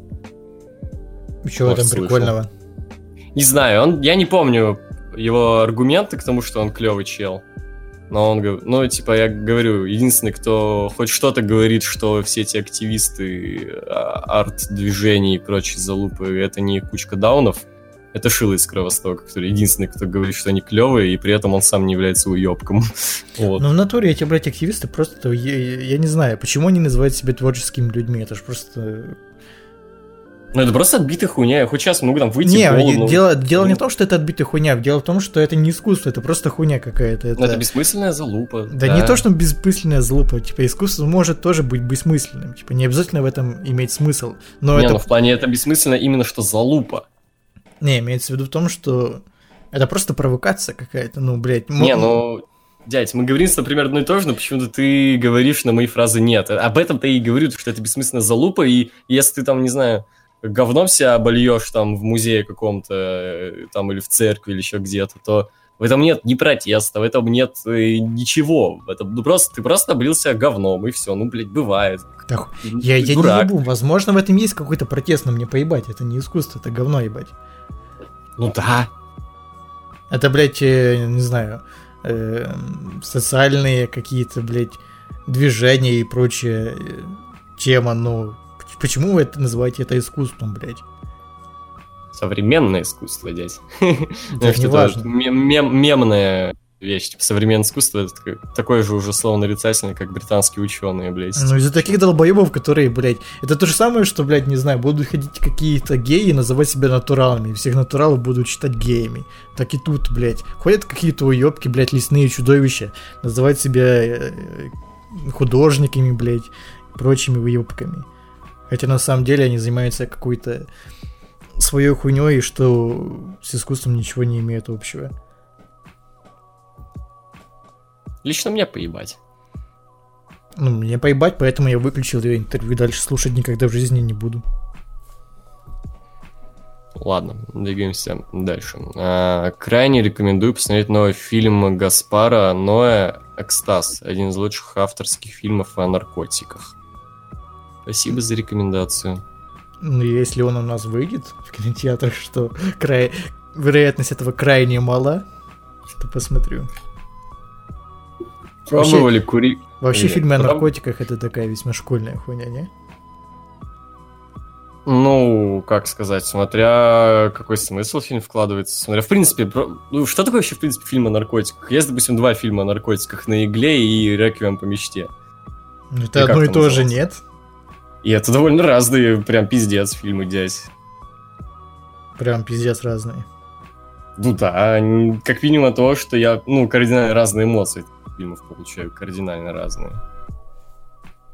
Чего в этом прикольного? Не знаю, он, я не помню его аргументы к тому, что он клевый чел. Но он, ну, типа, я говорю, единственный, кто хоть что-то говорит, что все эти активисты арт-движений и прочие залупы, это не кучка даунов, это Шила из Кровостока, который единственный, кто говорит, что они клевые, и при этом он сам не является уебком. Вот. Ну, в натуре эти, блядь, активисты просто, я, я не знаю, почему они называют себя творческими людьми, это же просто... Ну, это просто отбитая хуйня, я хоть сейчас могу там выйти не, в голову. Не, дело, дело не в том, что это отбитая хуйня, дело в том, что это не искусство, это просто хуйня какая-то. Это, это бессмысленная залупа. Да, да не то, что бессмысленная залупа, типа, искусство может тоже быть бессмысленным, типа, не обязательно в этом иметь смысл. Но не, это... ну в плане это бессмысленно именно что залупа. Не, имеется в виду в том, что это просто провокация какая-то, ну, блядь. Не, ну... Дядь, мы говорим, например, одно и то же, но почему-то ты говоришь на мои фразы «нет». Об этом-то и говорю, что это бессмысленная залупа, и если ты там, не знаю... говном себя обольешь там в музее каком-то, там, или в церкви, или еще где-то, то в этом нет ни протеста, в этом нет э, ничего. Это, ну, просто, ты просто облил себя говном, и все. Ну, блядь, бывает. Так, я, я не ебу. Возможно, в этом есть какой-то протест, но мне поебать. Это не искусство, это говно ебать. Ну да. Это, блядь, э, не знаю, э, социальные какие-то, блядь, движения и прочая э, тема, ну... Почему вы это называете это искусством, блядь? Современное искусство, дядь. Это не важно. Мемная вещь. Типа, современное искусство — это такое же уже слово нарицательное, как британские ученые, блядь. Ну, из-за таких долбоебов, которые, блядь... Это то же самое, что, блядь, не знаю, будут ходить какие-то геи и называть себя натуралами. И всех натуралов будут считать геями. Так и тут, блядь. Ходят какие-то уёбки, блядь, лесные чудовища. Называют себя художниками, блядь, прочими уёбками. Хотя на самом деле они занимаются какой-то своей хуйней, что с искусством ничего не имеет общего. Лично мне поебать. Ну, мне поебать, поэтому я выключил ее интервью. Дальше слушать никогда в жизни не буду. Ладно, двигаемся дальше. А, крайне рекомендую посмотреть новый фильм Гаспара Ноэ «Экстаз». Один из лучших авторских фильмов о наркотиках. Спасибо за рекомендацию. Ну, если он у нас выйдет в кинотеатрах, что край... вероятность этого крайне мала, то посмотрю. Пробовали курить? Вообще Нет, фильмы о наркотиках — это такая весьма школьная хуйня, не? Ну, как сказать, смотря какой смысл фильм вкладывается, смотря, в принципе, про... ну, что такое вообще, в принципе, фильм о наркотиках? Есть, допустим, два фильма о наркотиках «На игле» и «Реквием по мечте». Это и одно и то же, нет? И это довольно разные, прям пиздец фильмы, дядь. Прям пиздец разные. Ну да, как минимум от того, что я, ну, кардинально разные эмоции от фильмов получаю, кардинально разные.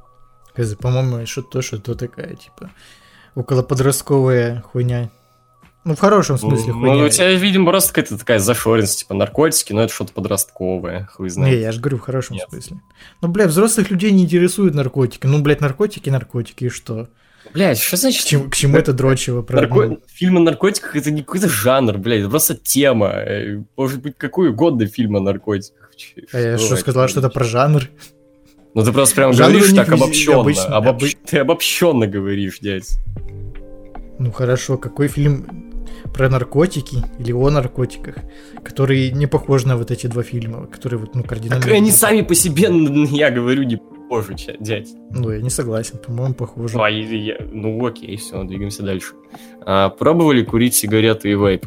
По-моему, что-то, что-то такая, типа, околоподростковая хуйня. Ну, в хорошем смысле Ну, хуйня. ну, у тебя, видимо, просто какая-то такая зашоренность, типа наркотики, но это что-то подростковое, хуй знает. Не, я же говорю в хорошем Нет. смысле. Ну, блядь, взрослых людей не интересуют наркотики. Ну, блядь, наркотики, наркотики, и что? Блядь, что К значит... чему, к чему это дрочево? Про... Нарко... ну, Фильм о наркотиках — это не какой-то жанр, блядь, это просто тема. Э, Может быть, какой угодно фильм о наркотиках. Ч- А я что, это сказал, что это значит? про жанр? Ну ты просто прям Жанр у говоришь них так везде обобщенно. обычно- Обобщ- обы- Ты обобщенно говоришь, дядь. Ну, хорошо, какой фильм про наркотики или о наркотиках, который не похож на вот эти два фильма, которые вот, ну, кардинально... Так они сами по себе, н- я говорю, не похожи, ча- дядь. Ну, я не согласен, по-моему, похожи. Ну, а я- я- ну окей, все, двигаемся дальше. А, пробовали курить сигареты и вейп?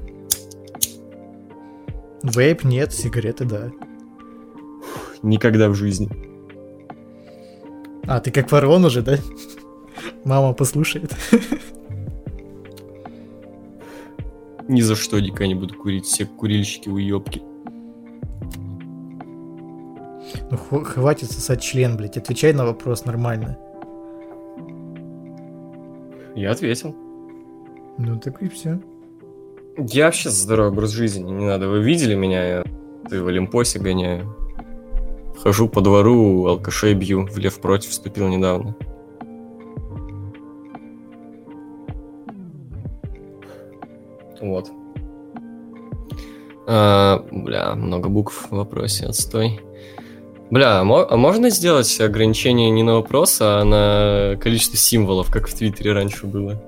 Вейп нет, сигареты да. Никогда в жизни. А, ты как ворон уже, да? Мама послушает. Ни за что никогда не буду курить, все курильщики уёбки. Ну, хв- хватит сосать член, блядь, отвечай на вопрос нормально. Я ответил. Ну, так и все. Я вообще за здоровый образ жизни, не надо. Вы видели меня? Я ты в Олимпосе гоняю. Хожу по двору, алкашей бью. В Лев против вступил недавно. Вот. А, бля, много букв в вопросе, отстой. Бля, а, мо- а можно сделать ограничение не на вопрос, а на количество символов, как в Твиттере раньше было?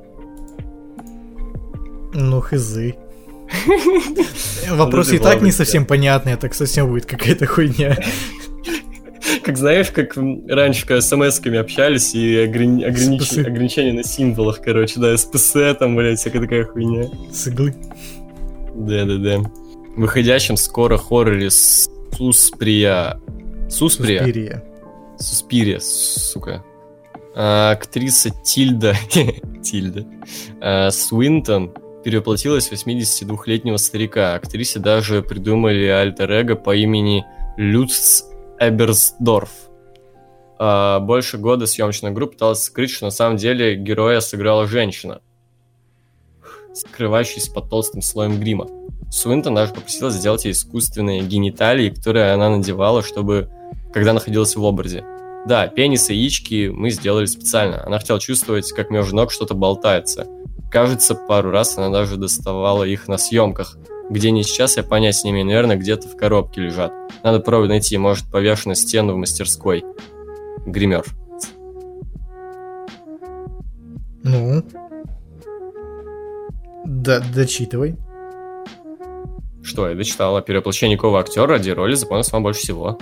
Ну, хызы. Вопрос это и так было не бы совсем понятный, а так совсем будет какая-то хуйня. Как знаешь, как раньше, когда с эм-эсками общались, и ограни- огранич- СПС. ограничения на символах, короче, да, СПС там, блядь, всякая такая хуйня. С иглы. Да-да-да. В выходящем скоро хорроре Сусприя. Сусприя? Суспирия. Суспирия, сука. А, актриса Тильда, Тильда, а, Свинтон перевоплотилась в восьмидесятидвухлетнего старика. Актрисе даже придумали альтер-эго по имени Люц Эберсдорф. А, больше года съемочная группа пыталась скрыть, что на самом деле героя сыграла женщина, скрывающаяся под толстым слоем грима. Суинтон даже попросила сделать ей искусственные гениталии, которые она надевала, чтобы, когда находилась в образе. Да, пенис и яички мы сделали специально. Она хотела чувствовать, как между ног что-то болтается. Кажется, пару раз она даже доставала их на съемках. Где они сейчас, я понять не имею. Наверное, где-то в коробке лежат. Надо пробовать найти, может, повешенную стену в мастерской. Гример. Ну? Да, дочитывай. Что, я дочитал. Перевоплощение какого актера ради роли запомнилось вам больше всего?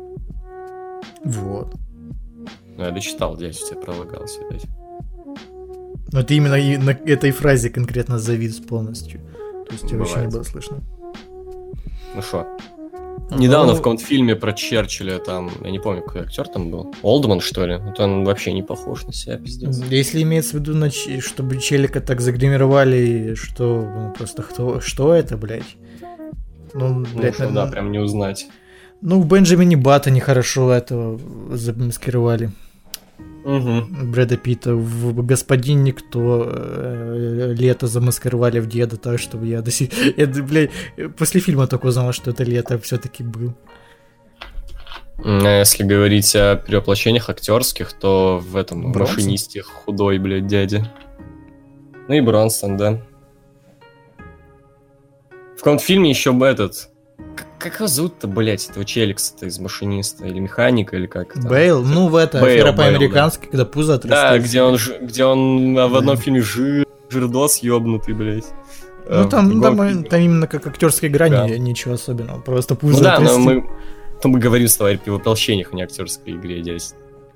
Вот. Ну, я дочитал, дядь, у тебя пролагался, видать. Но ты именно и на этой фразе конкретно завис полностью. То есть тебя вообще не Бывает. было слышно. Ну что? Недавно Ну, в каком-то фильме про Черчилля, там, я не помню, какой актер там был. Олдман, что ли? Вот он вообще не похож на себя, пиздец. Если имеется в виду, на ч- чтобы челика так загримировали, что ну, просто кто, что это, блядь? Ну, Ну, блядь, что, на- да, прям не узнать. ну, в Бенджамине Баттоне хорошо этого замаскировали. Угу. Брэда Питта. В «Господин Никто» э, Лето замаскировали в деда, так, чтобы я до сих... Я, блядь, после фильма только узнал, что это Лето все-таки был. А если говорить о перевоплощениях актерских, то в этом Бронсон? машинисте худой, блядь, дядя. Ну и Бронсон, да. В каком-то фильме еще бы этот... Как, как его зовут-то, блядь, этого челикса-то из машиниста? Или механика, или как там? Бейл, ну в это, Бейл, афера Бейл, по-американски, когда пузо Да, отрастает. где он, ж- где он а, в Да. одном фильме жир, жирдос ёбнутый, блядь. Ну А в там, другом там, фильме- там именно как актерская игра, Да. ни- ничего особенного, просто пузо Ну да, но отрастет. мы... То мы говорим с тобой о перевоплощениях, а не актерской игре, дядь.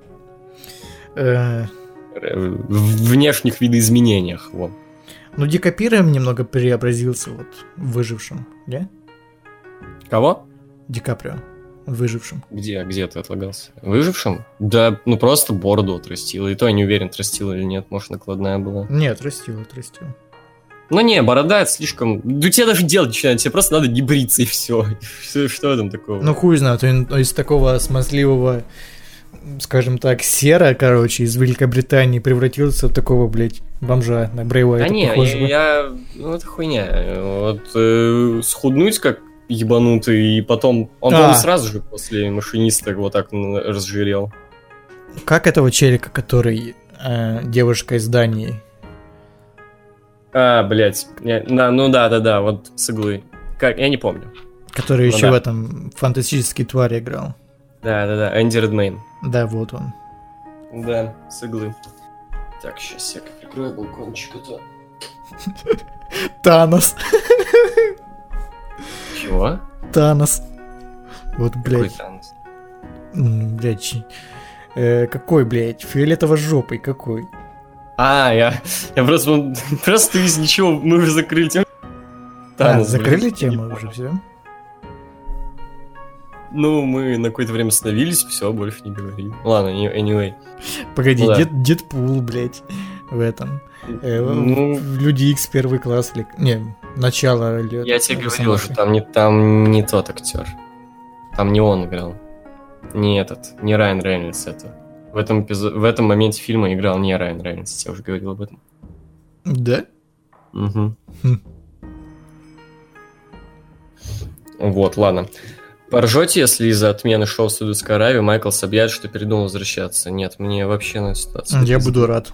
Э, Э, В внешних видоизменениях, вот. Ну Ди Каприо немного преобразился вот в «Выжившем», не? Кого? Ди Каприо в «Выжившем». Где, где ты отлагался? Выжившим? Да, ну просто бороду отрастил. И то я не уверен, отрастил или нет. Может, накладная была. Не, отрастил, отрастил. Ну не, борода это слишком... Да тебе даже делать ничего надо. Тебе просто надо не бриться и все. Что в этом такого? Ну хуй знает, он из такого смазливого скажем так, Сера, короче, из Великобритании превратился в такого, блядь, бомжа на Брейва. Да не, я, я... Ну, это хуйня. Вот э, схуднуть как ебанутый, и потом... Он, А. по-моему, сразу же после машиниста вот так разжирел. Как этого челика, который э, девушка из Дании? А, блядь. Я- да, ну да-да-да, вот с иглы. Как? Я не помню. Который Ну еще да. в этом фантастические твари играл. Да-да-да, Энди Редмейн. Да, вот он. Да, с иглы. Так, сейчас я прикрою балкончик. Это... Танос. Чего? Танос. Вот, Какой блядь. танц? М, Блядь. чи- э, какой, блядь? Фиолетово-жопый какой? А, я, я просто, просто из ничего, мы уже закрыли тему. А, Танос, закрыли блин, тему не уже, понял. все? Ну, мы на какое-то время остановились, все, больше не говорим. Ладно, не- anyway. Погоди, Ну да. Дед, Дедпул, блядь, в этом. Э, в- Ну, в Люди Икс первый класс. Или... Не, начало. или- я тебе или говорил, Росомахи. что там не, там не тот актер. Там не он играл. Не этот, не Райан Рейнольдс это. В этом, эпизо- в этом моменте фильма играл не Райан Рейнольдс, я уже говорил об этом. Да? Угу. Хм. Вот, ладно. Поржете, если из-за отмены шоу в Саудовской Аравии Майклс объявит, что передумал возвращаться? Нет, мне вообще на ситуацию. Я буду рад.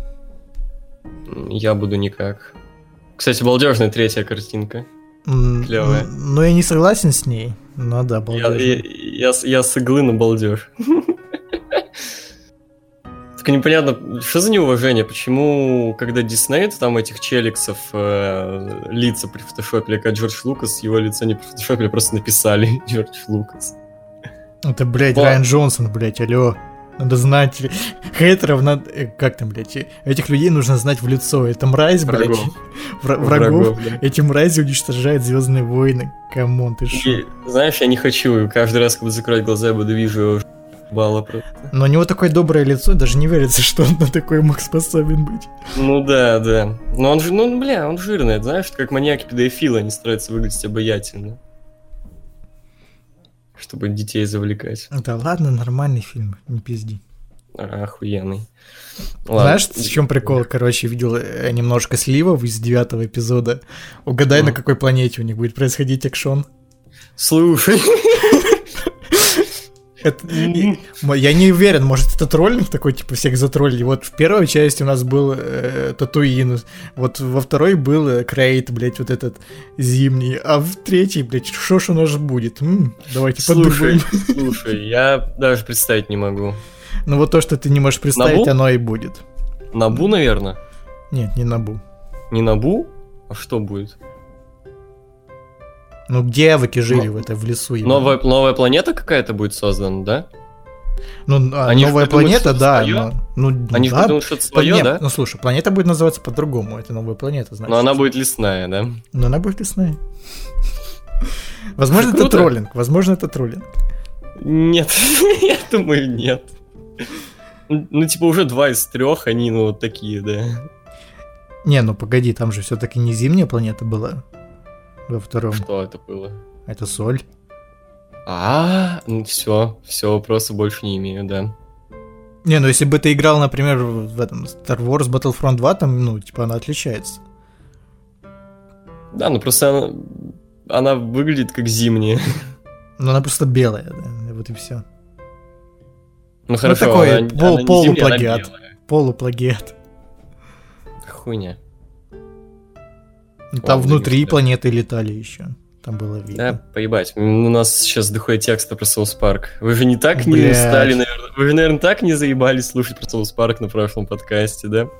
Я буду никак. Кстати, балдежная третья картинка. М, Клёвая. м, Но я не согласен с ней. Ну да, Я, балдежно. я, я, с- я с иглы на балдеж. Только непонятно, что за неуважение? Почему, когда Дисней там этих челиксов э, лица прифотошопили, как Джордж Лукас, его лицо не прифотошопили, просто написали Джордж Лукас. Это, блядь, Во. Райан Джонсон, блядь, алло. Надо знать. Хейтеров надо... э, Как там, блядь? э, Этих людей нужно знать в лицо. Это мразь, блядь. Врагов. вра- Врагов. да. Эти мрази уничтожают Звездные войны. Камон, ты шо? И, знаешь, я не хочу, каждый раз, когда закрывать глаза, я буду вижу его балла просто. Но у него такое доброе лицо, даже не верится, что он на такой мог способен быть. Ну да, да. Но он же, ну, бля, он жирный, знаешь, как маньяки-педофилы, они стараются выглядеть обаятельно. Чтобы детей завлекать. Да ладно, нормальный фильм, не пизди. А, охуенный. Ладно. Знаешь, в чем прикол? Короче, видел э, немножко сливов из девятого эпизода. Угадай, Ну. на какой планете у них будет происходить экшон. Слушай. Это- и- м- Я не уверен, может это троллинг такой, типа всех затроллили. Вот в первой части у нас был э, Татуин, вот во второй был э, Крейт, блядь, вот этот зимний, а в третьей, блядь, шо ж у нас будет? М, давайте Слушай, подумаем. слушай, я даже представить не могу. Ну вот то, что ты не можешь представить, Набу? оно и будет. Набу, наверное? Нет, не Набу. Не Набу? А что будет? Ну где авоки жили Но- в этой в лесу? ебаном? Новая, новая планета какая-то будет создана, да? Ну, а, Они ж новая придумают планета, что-то да. своё? но- ну, Они же да, придумают что-то по- свое, нет, да? Ну слушай, планета будет называться по-другому. Это новая планета, значит. Но она будет лесная, да? Но она будет лесная. Возможно, это Круто. троллинг. Возможно, это троллинг. Нет, я думаю, нет. Ну, типа, уже два из трех, они, ну, вот такие, да. Не, ну погоди, там же все-таки не зимняя планета была во втором. Что это было? Это соль. А, ну все, все, вопроса больше не имею, да. Не, ну если бы ты играл, например, в этом Star Wars Battlefront два, там, ну, типа, она отличается. Да, ну просто она, она выглядит как зимняя. Но она просто белая, да, вот и все. Ну хорошо, такой она, пол- она не полуплагиат. зимняя, она белая. Полуплагиат. Хуйня. Ну, Там Ладно, внутри да. планеты летали еще. Там было Да, видно. поебать. У нас сейчас доходит текста про Соус Парк. Вы же не так не Блядь. устали, наверное. Вы же, наверное, так не заебались слушать про Соус Парк на прошлом подкасте, да?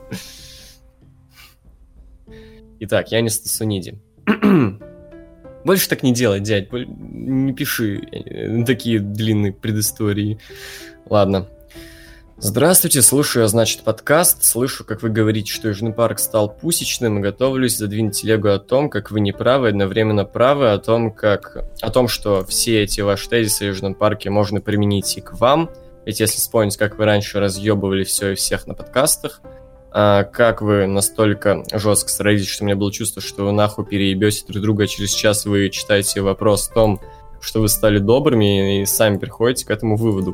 Итак, Янис Тасуниди. Больше так не делай, дядь. Боль- Не пиши э, такие длинные предыстории. Ладно. Здравствуйте, слушаю, я, значит, подкаст, слышу, как вы говорите, что Южный парк стал пусечным, и готовлюсь задвинуть телегу о том, как вы неправы, и одновременно правы, о том, как... о том, что все эти ваши тезисы о Южном парке можно применить и к вам, ведь если вспомнить, как вы раньше разъебывали все и всех на подкастах, а, как вы настолько жестко сразились, что у меня было чувство, что вы нахуй переебете друг друга, а через час вы читаете вопрос о том, что вы стали добрыми, и сами приходите к этому выводу.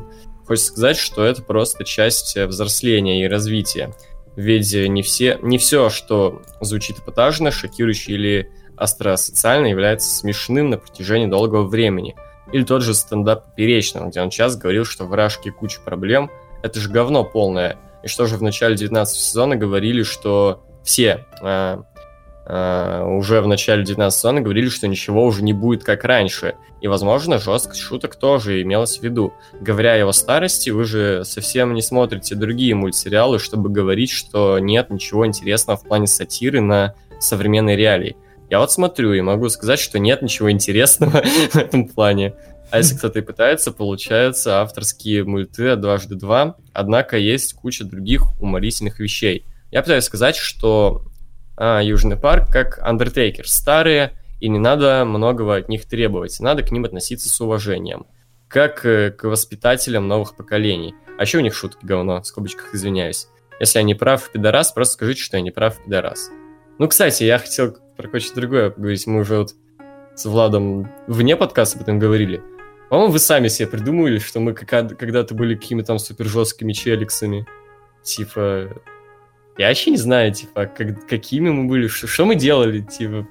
хочется сказать, что это просто часть взросления и развития. Ведь не, все, не все, что звучит эпатажно, шокирующе или остросоциально, является смешным на протяжении долгого времени. Или тот же стендап Поперечного, где он час говорил, что в Рашке куча проблем, это же говно полное. И что же в начале девятнадцатого сезона говорили, что все э, э, уже в начале девятнадцатого сезона говорили, что ничего уже не будет как раньше. И, возможно, жесткость шуток тоже имелась в виду. Говоря о его старости, вы же совсем не смотрите другие мультсериалы, чтобы говорить, что нет ничего интересного в плане сатиры на современной реалии. Я вот смотрю и могу сказать, что нет ничего интересного в этом плане. А если кто-то и пытается, получаются авторские мульты от дважды два, однако есть куча других уморительных вещей. Я пытаюсь сказать, что а, Южный парк как Undertaker, старые, и не надо многого от них требовать, надо к ним относиться с уважением, как э, к воспитателям новых поколений. А еще у них шутки говно, в скобочках извиняюсь. Если я не прав, пидорас, просто скажите, что я не прав, пидорас. Ну, кстати, я хотел про кое-что другое поговорить. Мы уже вот с Владом вне подкаста об этом говорили. По-моему, вы сами себе придумали, что мы когда-то были какими-то там супер жесткими челиксами. Типа... Я вообще не знаю, типа, как, какими мы были, что, что мы делали, типа...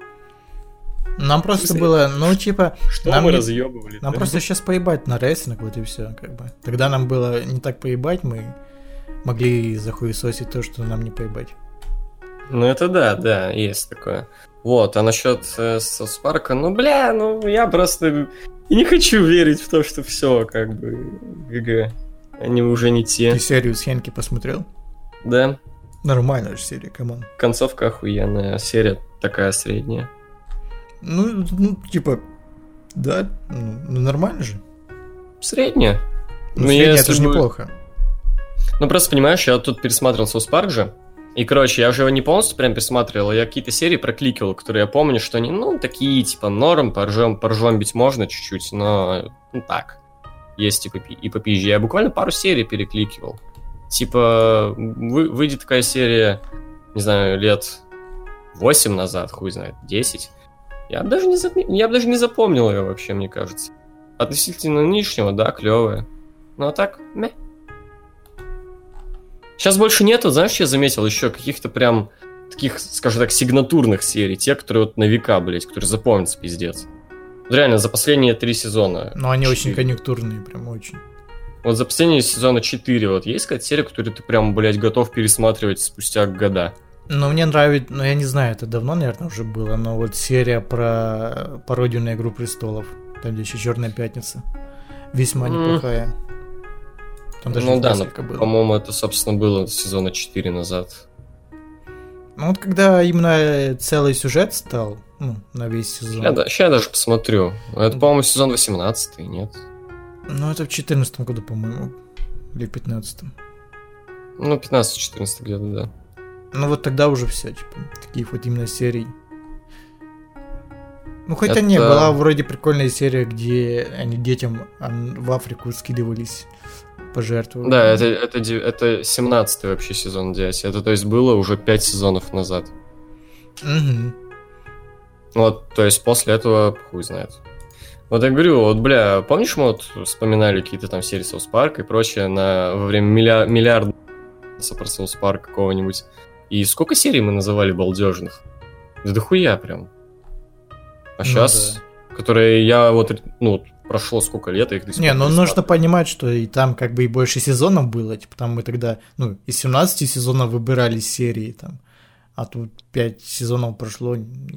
Нам просто было, ну, типа... Что нам мы не... разъебывали? Нам да? просто сейчас поебать на рестлинг, вот и все, как бы. Тогда нам было не так поебать, мы могли захуесосить то, что нам не поебать. Ну, это да, да, есть такое. Вот, а насчет э, Саус Парка, ну, бля, ну, я просто не хочу верить в то, что все, как бы, ГГ. Они уже не те. Ты серию с Хенки посмотрел? Да. Нормальная же серия, камон. Концовка охуенная, серия такая средняя. Ну, ну типа, да, ну, ну нормально же. Средняя. Ну, средняя, это же бы... неплохо. Ну, просто, понимаешь, я тут пересматривал Саус Парк же, и, короче, я уже его не полностью прям пересматривал, я какие-то серии прокликивал, которые я помню, что они, ну, такие, типа, норм, поржем, поржем бить можно чуть-чуть, но, ну, так, есть и, попи- и попизже. Я буквально пару серий перекликивал. Типа, вы, выйдет такая серия, не знаю, лет восемь назад, хуй знает, десять. Я бы даже не, зап... я бы даже не запомнил ее вообще, мне кажется. Относительно нынешнего, да, клевая. Ну, а так, мeh. Сейчас больше нету, знаешь, я заметил еще каких-то прям таких, скажем так, сигнатурных серий, те, которые вот на века, блять, которые запомнятся, пиздец. Реально, за последние три сезона. Но они четыре. очень конъюнктурные, прям очень. Вот за последние сезона четыре, вот есть какая-то серия, которую ты прям, блять, готов пересматривать спустя года? Ну, мне нравится, ну, я не знаю, это давно, наверное, уже было, но вот серия про пародию на «Игру престолов», там, где еще «Черная пятница», весьма Mm. неплохая. Там даже Ну да, но, было. по-моему, это, собственно, было сезона четыре назад. Ну вот когда именно целый сюжет стал, ну, на весь сезон. Сейчас, сейчас я даже посмотрю. Это, по-моему, сезон восемнадцатый, нет? Ну, это в четырнадцатом году, по-моему, или в пятнадцатом. Ну, пятнадцатый-четырнадцатый где-то, да. Ну, вот тогда уже все, типа, таких вот именно серий. Ну, хотя это... не, была вроде прикольная серия, где они детям в Африку скидывались пожертвовать. Да, это, это, это семнадцатый вообще сезон, дядь. Это, то есть, было уже пять сезонов назад. Угу. Вот, то есть, после этого хуй знает. Вот я говорю, вот, бля, помнишь, мы вот вспоминали какие-то там серии Саус Парк и прочее на, во время миллиар- миллиарда про Саус Парк какого-нибудь. И сколько серий мы называли балдежных? Да дохуя прям. А сейчас, ну, да. Которые я вот, ну, прошло сколько лет, их до сих пор не, ну нужно понимать, что и там как бы и больше сезонов было, типа там мы тогда, ну, из семнадцати сезонов выбирали серии там, а тут пять сезонов прошло.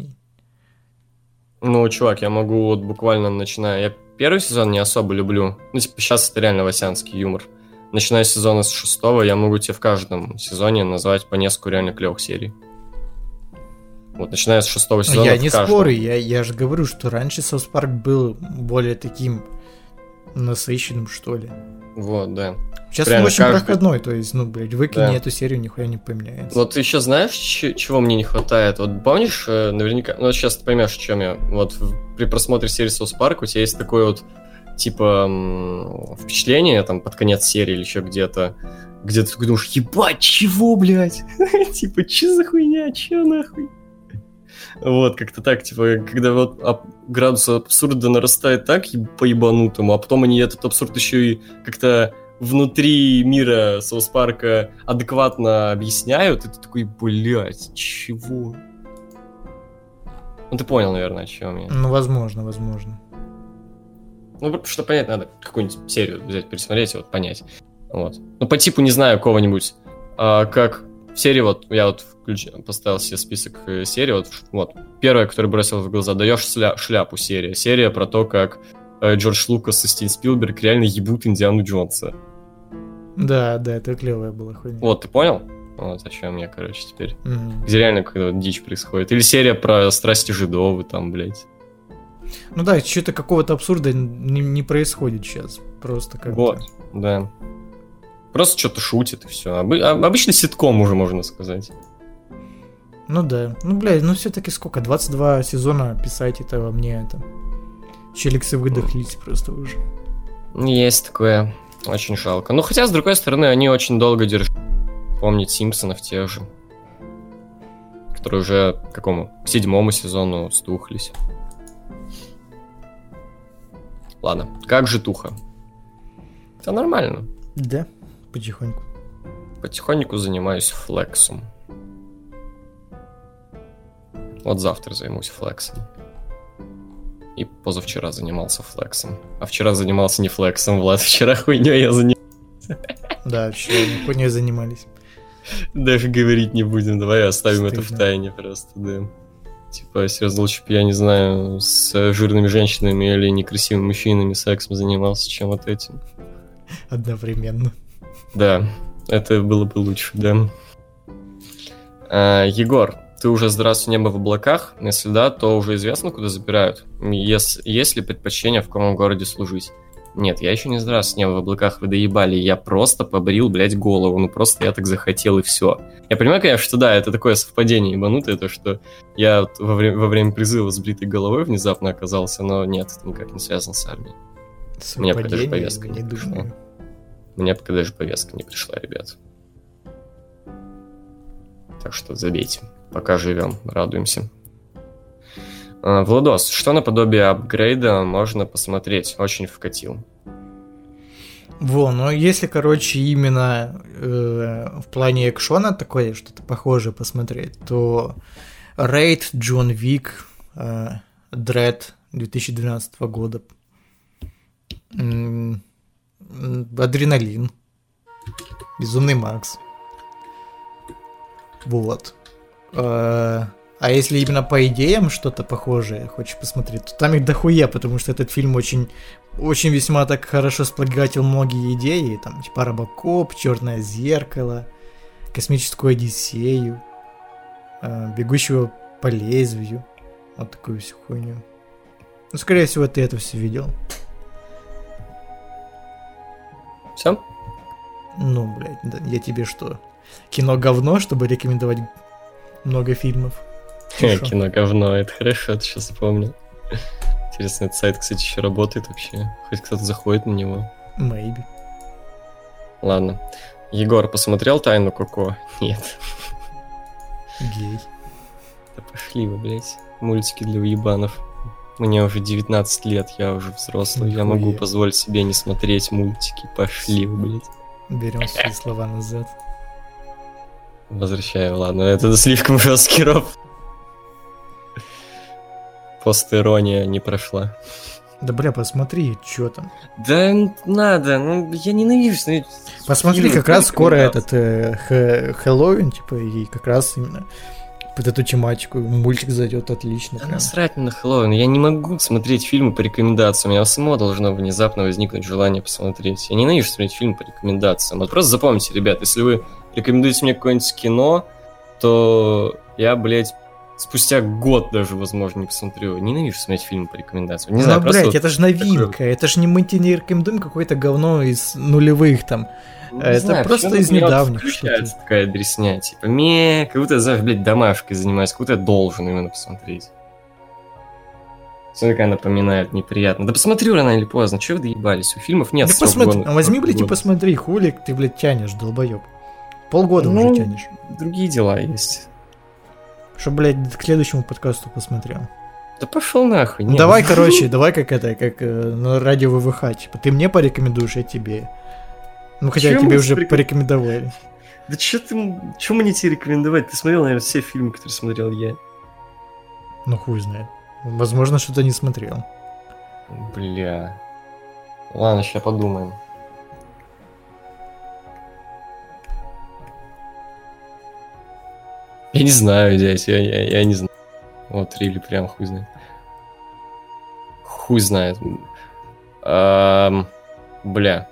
Ну, чувак, я могу вот буквально начиная, я первый сезон не особо люблю, ну, типа сейчас это реально васянский юмор. Начиная с сезона с шестого, я могу тебе в каждом сезоне назвать по несколько реально клевых серий. Вот, начиная с шестого сезона. Я не спорю, я, я же говорю, что раньше Саус Парк был более таким насыщенным, что ли. Вот, да. Сейчас он очень каждый... проходной, то есть, ну, блядь, выкини да. эту серию, нихуя не поменяется. Вот ты еще знаешь, ч- чего мне не хватает? Вот помнишь, наверняка, ну, сейчас ты поймешь, о чем я. Вот в, при просмотре серии Саус Парк у тебя есть такое вот, типа, м- впечатление, там, под конец серии или еще где-то, где ты думаешь, ебать, чего, блядь? Типа, че за хуйня, че нахуй? Вот, как-то так, типа, когда вот ап- градус абсурда нарастает так по-ебанутому, а потом они этот абсурд еще и как-то внутри мира Саус Парка адекватно объясняют, и ты такой, блядь, чего? Ну, ты понял, наверное, о чем я. Ну, возможно, возможно. Ну, что понять, надо какую-нибудь серию взять, пересмотреть и вот понять. Вот. Ну, по типу, не знаю, кого-нибудь, а, как в серии, вот, я вот включ... поставил себе список э, серий, вот, вот, первая, которая бросила в глаза, даешь шля... шляпу серия. Серия про то, как э, Джордж Лукас и Стивен Спилберг реально ебут Индиану Джонса. Да, да, это клевая была хуйня. Вот, ты понял? Вот, о чем я, короче, теперь. Мгм. Где реально когда вот дичь происходит. Или серия про страсти Жидовы, там, блядь. Ну да, что-то какого-то абсурда не, не происходит сейчас. Просто как-то. Вот, да. Просто что-то шутит и все. Обычный ситком уже, можно сказать. Ну да. Ну, блядь, ну все-таки сколько? двадцать два сезона писать это во мне это. Челиксы выдохлись просто уже. Есть такое. Очень жалко. Ну, хотя, с другой стороны, они очень долго держат. Помнить Симпсонов тех же. Которые уже к какому? К седьмому сезону стухлись. Ладно. Как же туха? Это нормально. Да, потихоньку. Потихоньку занимаюсь флексом. Вот завтра займусь флексом. И позавчера занимался флексом. А вчера занимался не флексом, Влад. Вчера хуйней я занимался. Да, вчера мы хуйней занимались. Даже говорить не будем. Давай оставим Стыдно. это в тайне просто, да. Типа, серьезно, лучше бы я, не знаю, с жирными женщинами или некрасивыми мужчинами сексом занимался, чем вот этим. Одновременно. Да, это было бы лучше, да. А, Егор, ты уже «Здравствуй, небо в облаках»? Если да, то уже известно, куда забирают? Есть, есть ли предпочтение, в каком городе служить? Нет, я еще не «Здравствуй, небо в облаках», вы доебали. Я просто побрил, блядь, голову. Ну, просто я так захотел, и все. Я понимаю, конечно, что да, это такое совпадение ебанутое, то, что я вот во, время, во время призыва с бритой головой внезапно оказался, но нет, это никак не связано с армией. Мне пока даже повестка не не пришла. думаю. Мне пока даже повестка не пришла, ребят. Так что забейте. Пока живем, радуемся. А, Владос, что наподобие апгрейда можно посмотреть? Очень вкатил. Во, ну если, короче, именно э, в плане экшона такое, что-то похожее посмотреть, то Рейд, Джон Вик, э, Дред две тысячи двенадцатого года, м- м- Адреналин, Безумный Макс. Вот. Э, А если именно по идеям что-то похожее хочешь посмотреть, то там их дохуя, потому что этот фильм очень, очень весьма так хорошо сплагатил многие идеи, там типа Робокоп, Черное зеркало, Космическую Одиссею, э, Бегущего по лезвию, вот такую всю хуйню. Ну, скорее всего, ты это все видел. Все? Ну, блядь, да, я тебе что, кино говно, чтобы рекомендовать много фильмов? Ты шо? Кино говно, это хорошо, ты сейчас вспомнил. Интересно, этот сайт, кстати, еще работает вообще. Хоть кто-то заходит на него. Maybe. Ладно. Егор, посмотрел «Тайну Коко»? Нет. Гей. Да пошли вы, блядь. Мультики для уебанов. Мне уже девятнадцать лет, я уже взрослый. Я Нихуя. могу позволить себе не смотреть мультики. Пошли вы, блядь. Берем свои слова назад. Возвращаю, ладно. Это слишком жесткий роб. Постирония не прошла. Да бля, посмотри, что там. Да надо, ну я ненавижу смотреть. Посмотри, фильмы как по раз скоро рекомендациям. этот э, Хэ- Хэллоуин, типа, и как раз именно под эту тематику мультик зайдет отлично. Да прям. насрать мне на Хэллоуин. Я не могу смотреть фильмы по рекомендациям. У меня само должно внезапно возникнуть желание посмотреть. Я ненавижу смотреть фильмы по рекомендациям. Вот просто запомните, ребят, если вы рекомендуете мне какое-нибудь кино, то я, блядь, спустя год даже, возможно, не посмотрю. Ненавижу смотреть фильмы по рекомендациям. Не Ну, знаю, просто блядь, вот это же новинка, это ж не мы тебе не рекомендуем какое-то говно из нулевых там. Не Это знаю, просто почему-то из у меня вот недавних включается что-то. такая дресня, типа, ме, как будто я, знаешь, блядь, домашкой занимаюсь, как будто я должен именно посмотреть. Все такая напоминает, неприятно. Да посмотрю рано или поздно, чего вы доебались? У фильмов нет Да срока посмотри, годности. возьми, блядь, и посмотри, хули ты, блядь, тянешь, долбоеб. Полгода Ну, уже тянешь. Другие дела есть. Что, блядь, к следующему подкасту посмотрел. Да пошел нахуй. Нет. Давай, короче, давай как это, как э, на радио ВВХ. Типа, ты мне порекомендуешь, я тебе. Ну, хотя Чем тебе уже порек... порекомендовали. Да что ты, что мне тебе рекомендовать? Ты смотрел, наверное, все фильмы, которые смотрел я. Ну, хуй знает. Возможно, что-то не смотрел. Бля. Ладно, сейчас подумаем. Я не знаю, дядь, я, я, я не знаю. Вот, Рилли прям хуй знает. Хуй знает. Эм, бля.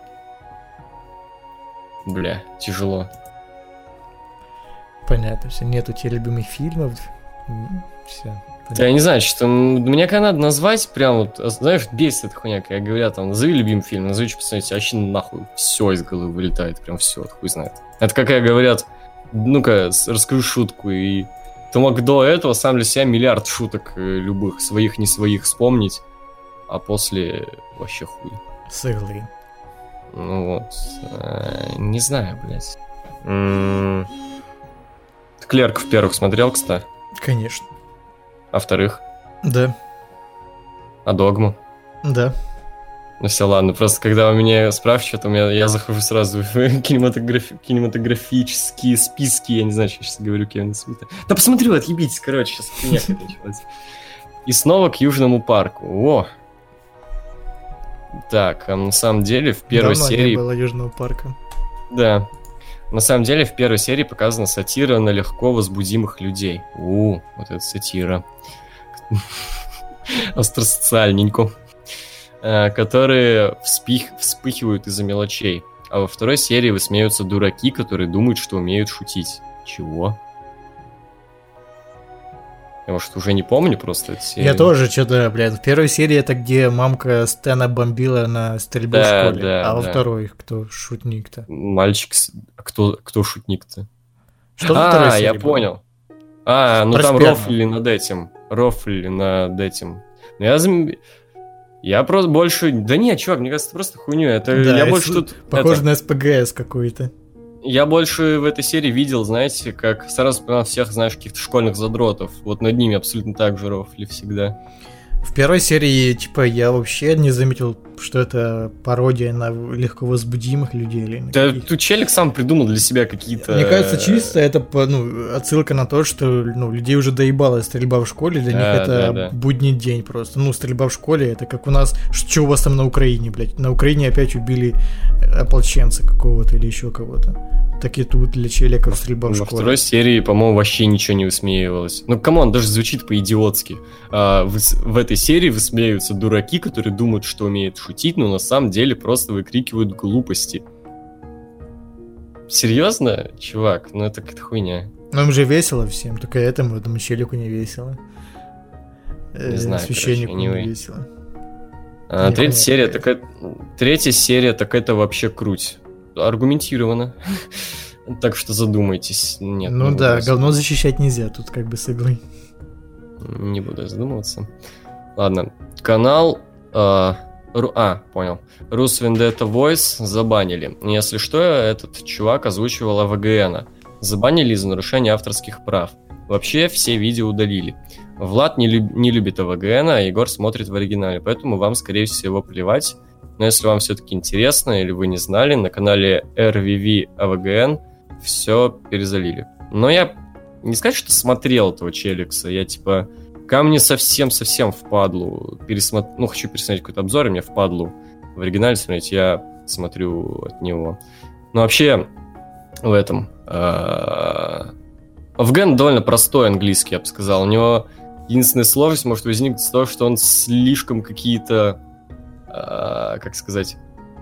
Бля, тяжело. Понятно, все. Нет у тебя любимых фильмов. Все. Да, я не знаю, что мне когда надо назвать, прям вот, знаешь, бесит эта хуйня, когда говорят, там, назови любимый фильм, назови, что посмотрите, вообще нахуй все из головы вылетает, прям все, хуй знает. Это как говорят, ну-ка, расскажу шутку, и ты мог до этого сам для себя миллиард шуток любых, своих, не своих, вспомнить, а после вообще хуй. С иглы. Ну вот, а, не знаю, блядь. М-м- Клерков первых смотрел, кстати? Конечно. А вторых? Да. А Догму? Да. Ну все, ладно, просто когда у меня спрашивают, у меня, я захожу сразу в кинематографи- кинематографические списки, я не знаю, что я сейчас говорю, Кевина Смита. Да посмотрю, отъебитесь, короче, сейчас хуйня началась. И снова к Южному парку. О! Так, а на самом деле в первой Давно серии... не было Южного парка. Да. На самом деле в первой серии показана сатира на легко возбудимых людей. У, вот это сатира. Остросоциальненько. Которые вспих... вспыхивают из-за мелочей. А во второй серии высмеются дураки, которые думают, что умеют шутить. Чего? Я, может, уже не помню просто эту серию. Я тоже что-то, блядь, в первой серии это где мамка Стэна бомбила на стрельбу да, в школе, да, а во да. второй кто шутник-то? Мальчик, кто, кто шутник-то? Что а, я было? Понял. А, ну Про там сперму. рофлили над этим. Рофлили над этим. Ну, я, зам... я просто больше... Да нет, чувак, мне кажется, это просто хуйню. Это... Да, я это больше тут... Похоже это... на СПГС какой-то. Я больше в этой серии видел, знаете, как сразу вспоминал всех, знаешь, каких-то школьных задротов. Вот над ними абсолютно так же рофли всегда. В первой серии, типа, я вообще не заметил, что это пародия на легко возбудимых людей. Или да каких. Тут челик сам придумал для себя какие-то... Мне кажется, чисто это ну, отсылка на то, что ну, людей уже доебала стрельба в школе, для да, них это да, да. будний день просто. Ну, стрельба в школе, это как у нас... Что у вас там на Украине, блядь? На Украине опять убили ополченца какого-то или еще кого-то. Так и тут для челиков стрельба в школе. Во второй серии, по-моему, вообще ничего не высмеивалось. Ну, камон, даже звучит по-идиотски. А, в, в этой серии высмеиваются дураки, которые думают, что умеют шутить, но на самом деле просто выкрикивают глупости. Серьезно, чувак? Ну, это какая-то хуйня. Ну, им же весело всем, только этому, этому челику не весело. Не э, знаю, священнику короче, не весело. А, третья серия, так это... Третья серия, так это вообще круть. Аргументированно. Так что задумайтесь. Нет, ну не да, говно защищать нельзя, тут как бы с иглы. Не буду задумываться. Ладно. Канал... Э, ру, а, понял. Rus Vendetta Voice забанили. Если что, этот чувак озвучивал АВГНа. Забанили из-за нарушения авторских прав. Вообще все видео удалили. Влад не, люб, не любит АВГН, а Егор смотрит в оригинале, поэтому вам, скорее всего, плевать. Но если вам все-таки интересно или вы не знали, на канале эр ви ви эй ви джи эн все перезалили. Но я не сказать, что смотрел этого челикса, я типа ко мне совсем-совсем впадлу пересмотр... ну, хочу пересмотреть какой-то обзор, и мне впадлу в оригинале смотреть, я смотрю от него. Но вообще в этом... АВГН довольно простой английский, я бы сказал. У него единственная сложность может возникнуть с того, что он слишком какие-то Uh, как сказать,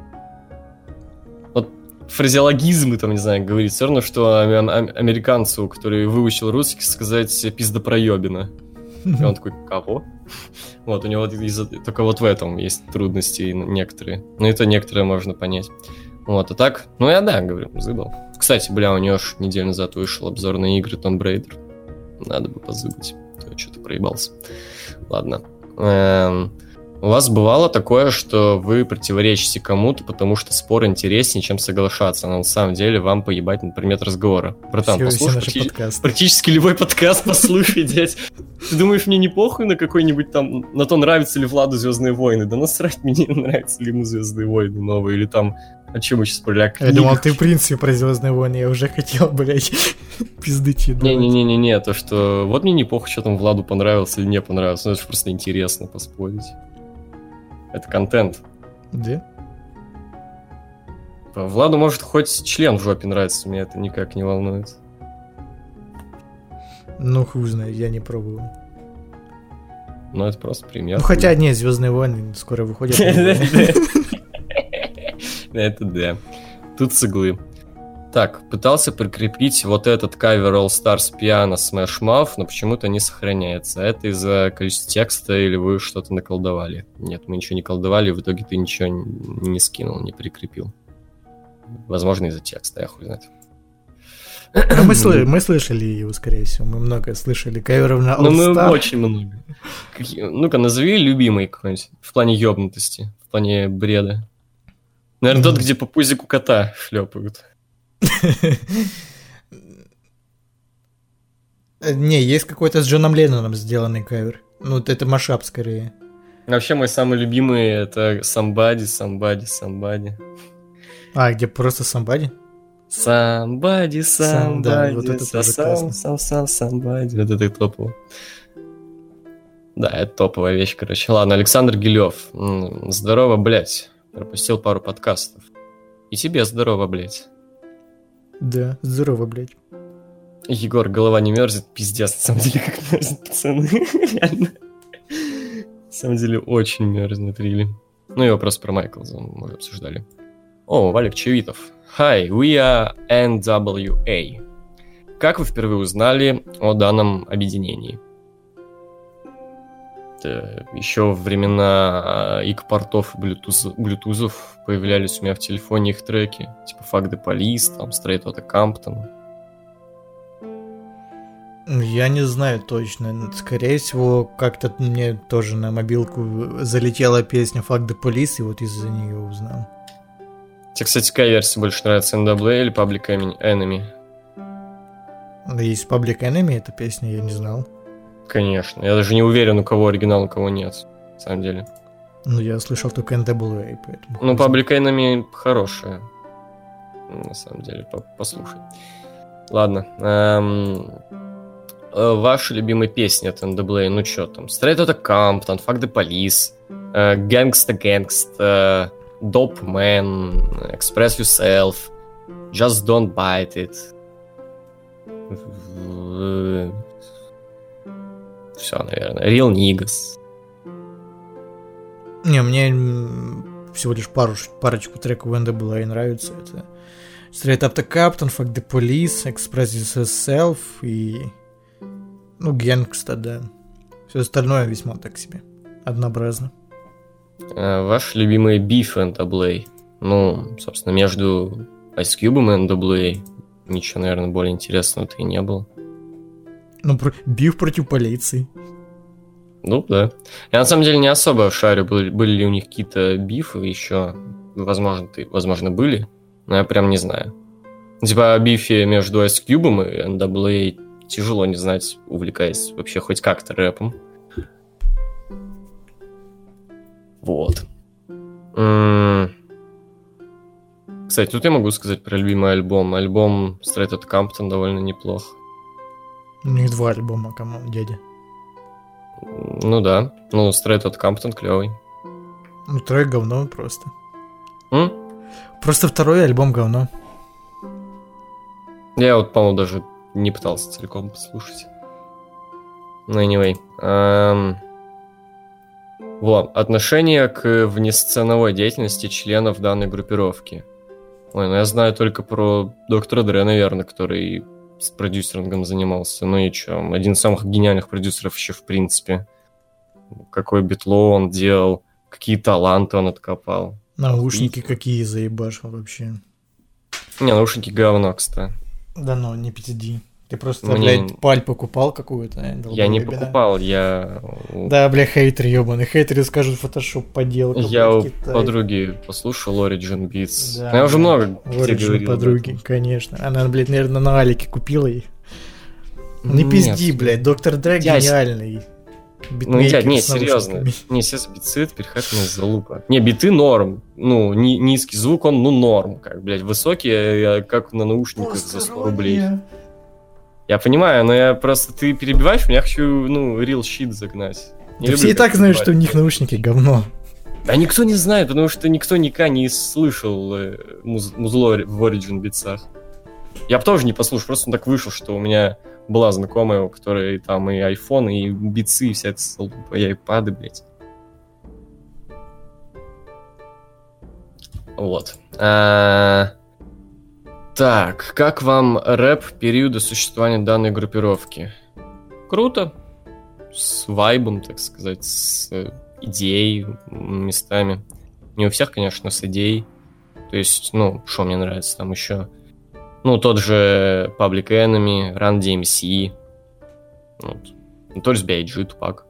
вот фразеологизмы, там, не знаю, говорить, все равно, что американцу, который выучил русский, сказать пиздопроебина. И он такой, кого? Вот, у него только вот в этом есть трудности некоторые. Ну, это некоторые можно понять. Вот, а так, ну, я, да, говорю, забыл. Кстати, бля, у него аж неделю назад вышел обзор на игры Tomb Raider. Надо бы позабыть, то я что-то проебался. Ладно. Эм... У вас бывало такое, что вы противоречите кому-то, потому что спор интереснее, чем соглашаться, но на самом деле вам поебать на предмет разговора. Братан, Все- все послушай наши практи- подкасты. практически любой подкаст послушай, дядь. Ты думаешь, мне не похуй на какой-нибудь там, на то, нравится ли Владу «Звездные войны»? Да насрать мне, нравится ли ему «Звездные войны» новые, или там, о чем мы сейчас про Я думал, ты в принципе про Звездные войны, я уже хотел, блядь, пиздычи давать. Не-не-не-не, то, что вот мне не похуй, что там Владу понравилось или не понравилось, ну это же просто интересно поспорить. Это контент. Да? Владу, может, хоть член в жопе нравится, меня это никак не волнует. Ну, хуй знает, я не пробовал. Но это просто пример. Ну, хотя, нет, Звездные войны скоро выходят. Это да. Тут с иглы. Так, пытался прикрепить вот этот кавер All Stars Piano Smash Mouth, но почему-то не сохраняется. Это из-за количества текста или вы что-то наколдовали? Нет, мы ничего не колдовали, в итоге ты ничего не скинул, не прикрепил. Возможно, из-за текста, я хуй знает. Ну, мы, сл- мы слышали его, скорее всего. Мы много слышали каверов на All Ну, мы Star. очень много. Какие- Ну-ка, назови любимый какой-нибудь. В плане ёбнутости, в плане бреда. Наверное, тот, где по пузику кота шлепают. Не, есть какой-то с Джоном Ленноном сделанный кавер. Ну, вот это машап скорее. Вообще, мой самый любимый это Somebody, Somebody, Somebody. А, где просто Somebody? Somebody, Сам, да, somebody, вот это so- тоже some, классно. some, some, somebody. Вот это топово. Да, это топовая вещь, короче. Ладно, Александр Гилев. М, Здорово, блядь. Пропустил пару подкастов. И тебе здорово, блядь. Да, здорово, блядь. Егор, голова не мерзнет, пиздец, на самом деле, как мерзнет, пацаны. Реально. На самом деле, очень мерзнет, рили. Ну и вопрос про Майклза мы уже обсуждали. О, Валик Чевитов. Hi, we are эн дабл ю эй. Как вы впервые узнали о данном объединении? Это еще во времена ик-портов и блютуз- блютузов появлялись у меня в телефоне их треки. Типа Fuck the Police, там Straight Outta Compton. Я не знаю точно. Скорее всего, как-то мне тоже на мобилку залетела песня Fuck the Police, и вот из-за нее узнал. Тебе, кстати, какая версия больше нравится, эн дабл ю эй или Public Enemy? Есть Public Enemy эта песня, я не знал. Конечно. Я даже не уверен, у кого оригинал, у кого нет. На самом деле. Ну, я слышал только эн дабл ю эй, поэтому... Ну, Public Enemy хорошая. На самом деле, по- послушай. Ладно. Эм, э, Ваши любимые песни от эн дабл ю эй, ну чё там? Straight Outta Compton, Fuck the Police, э, Gangsta Gangsta, Dope Man, Express Yourself, Just Don't Bite It. Все, наверное. Real Niggas. Не, мне м, всего лишь пару, парочку треков эн дабл ю эй нравится. Это Straight Outta Compton, Fuck the Police, Express Yourself и... Ну, Gangsta, да. Все остальное весьма так себе. Однообразно. Э, Ваш любимый биф эн дабл ю эй? Ну, собственно, между Ice Cube и эн дабл ю эй ничего, наверное, более интересного-то и не было. Ну, про... биф против полиции. Ну, да. Я на самом деле не особо шарю, были, были ли у них какие-то бифы еще. Возможно, ты, возможно, были, но я прям не знаю. Типа о бифе между Ice Cube и эн дабл ю эй тяжело не знать, увлекаясь вообще хоть как-то рэпом. Вот. М. Кстати, тут я могу сказать про любимый альбом. Альбом Straight Outta Compton довольно неплох. У них два альбома, кому, дядя. Ну да. Ну, Straight Outta Compton клевый. Ну, трек говно просто. М? Просто второй альбом говно. Я вот, по-моему, даже не пытался целиком послушать. Ну, anyway. Эм... Вот. Отношение к внесценовой деятельности членов данной группировки. Ой, ну я знаю только про доктора Дре, наверное, который с продюсерингом занимался. Ну и чё, один из самых гениальных продюсеров еще в принципе. Какое битло он делал, какие таланты он откопал. Наушники какие заебашь вообще. Не, наушники говно, кстати. Да ну, не пизди. Ты просто, Мне- блядь, паль покупал какую-то. э, Я не долбоёбе, да? покупал, я... Да, бля, хейтеры ёбаные. Хейтеры скажут фотошоп подделка, Я блядь, у Китай. подруги послушал Origin Beats. Да, Ну, я уже да. много где Origin говорил. об подруги, этом. конечно. Она, блядь, наверное, на Алике купила их. Не пизди, Нет. блядь, доктор Дре Дядь. гениальный. Ну, Битмейкер дядь, не, с серьезно. наушниками. Не, сейчас биты, это перехватная залупа. Не, биты норм. Ну, ни- низкий звук, он, ну, норм. Как, блядь, высокий, я как на наушниках за сто рублей. Я понимаю, но я просто... Ты перебиваешь меня, я хочу, ну, real shit загнать. Не Да люблю, все и как так знают, перебивать. что у них наушники говно. Да никто не знает, потому что никто никогда не слышал э, муз- музло в Origin битсах. Я бы тоже не послушал, просто так вышел, что у меня была знакомая, у которой там и iPhone, и битсы, и вся эта залупа, и айпады, блядь. Вот. А, Так, как вам рэп периода существования данной группировки? Круто. С вайбом, так сказать, с э, идеей м, местами. Не у всех, конечно, с идеей. То есть, ну, что мне нравится там еще? Ну, тот же Public Enemy, Run ди эм си. Вот. Notorious би ай джи, Tupac.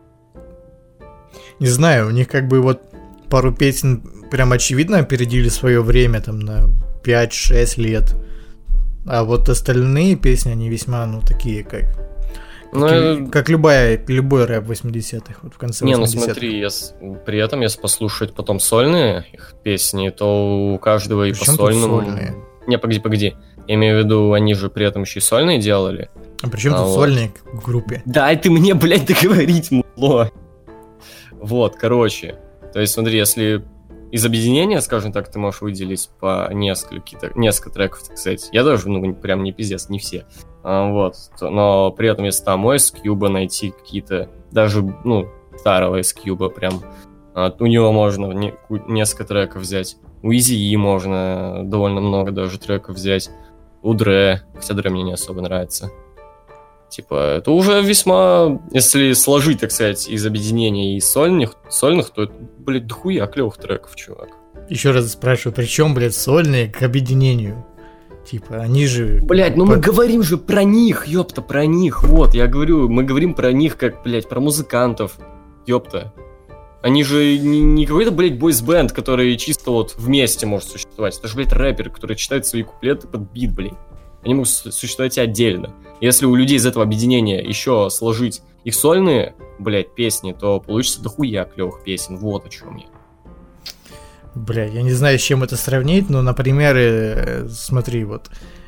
Не знаю, у них как бы вот пару песен прям очевидно опередили свое время там на пять-шесть лет. А вот остальные песни, они весьма, ну, такие, как... Ну, как, э, как любая, любой рэп восьмидесятых, вот в конце Не, ну восьмидесятых. смотри, ес- при этом, если послушать потом сольные их песни, то у каждого и по Причем тут сольному... сольные? Не, погоди, погоди. Я имею в виду, они же при этом еще и сольные делали. А причем А тут вот. сольные в группе? Дай ты мне, блядь, договорить, мудло. Вот, короче. То есть, смотри, если из объединения, скажем так, ты можешь выделить по несколько, несколько треков, так сказать. Я даже, ну, прям не пиздец, не все. А, вот. То- Но при этом, если там у Ice Cube найти какие-то, даже, ну, старого Ice Cube прям, а, у него можно не- ку- несколько треков взять. У Eazy-E можно довольно много даже треков взять. У Dre, хотя Dre мне не особо нравится. Типа, это уже весьма, если сложить, так сказать, из объединения и сольных, сольных, то это, блядь, дохуя клевых треков, чувак. Еще раз спрашиваю, при чем, блядь, сольные к объединению? Типа, они же... Блядь, ну мы По- говорим же про них, ёпта, про них, вот, я говорю, мы говорим про них как, блядь, про музыкантов, ёпта. Они же не, не какой-то, блядь, бойс-бенд, который чисто вот вместе может существовать. Это же, блядь, рэперы, которые читают свои куплеты под бит, блядь. Они могут су- существовать и отдельно. Если у людей из этого объединения еще сложить их сольные, блядь, песни, то получится дохуя клевых песен. Вот о чем я. Бля, я не знаю, с чем это сравнить, но, например, э, смотри, вот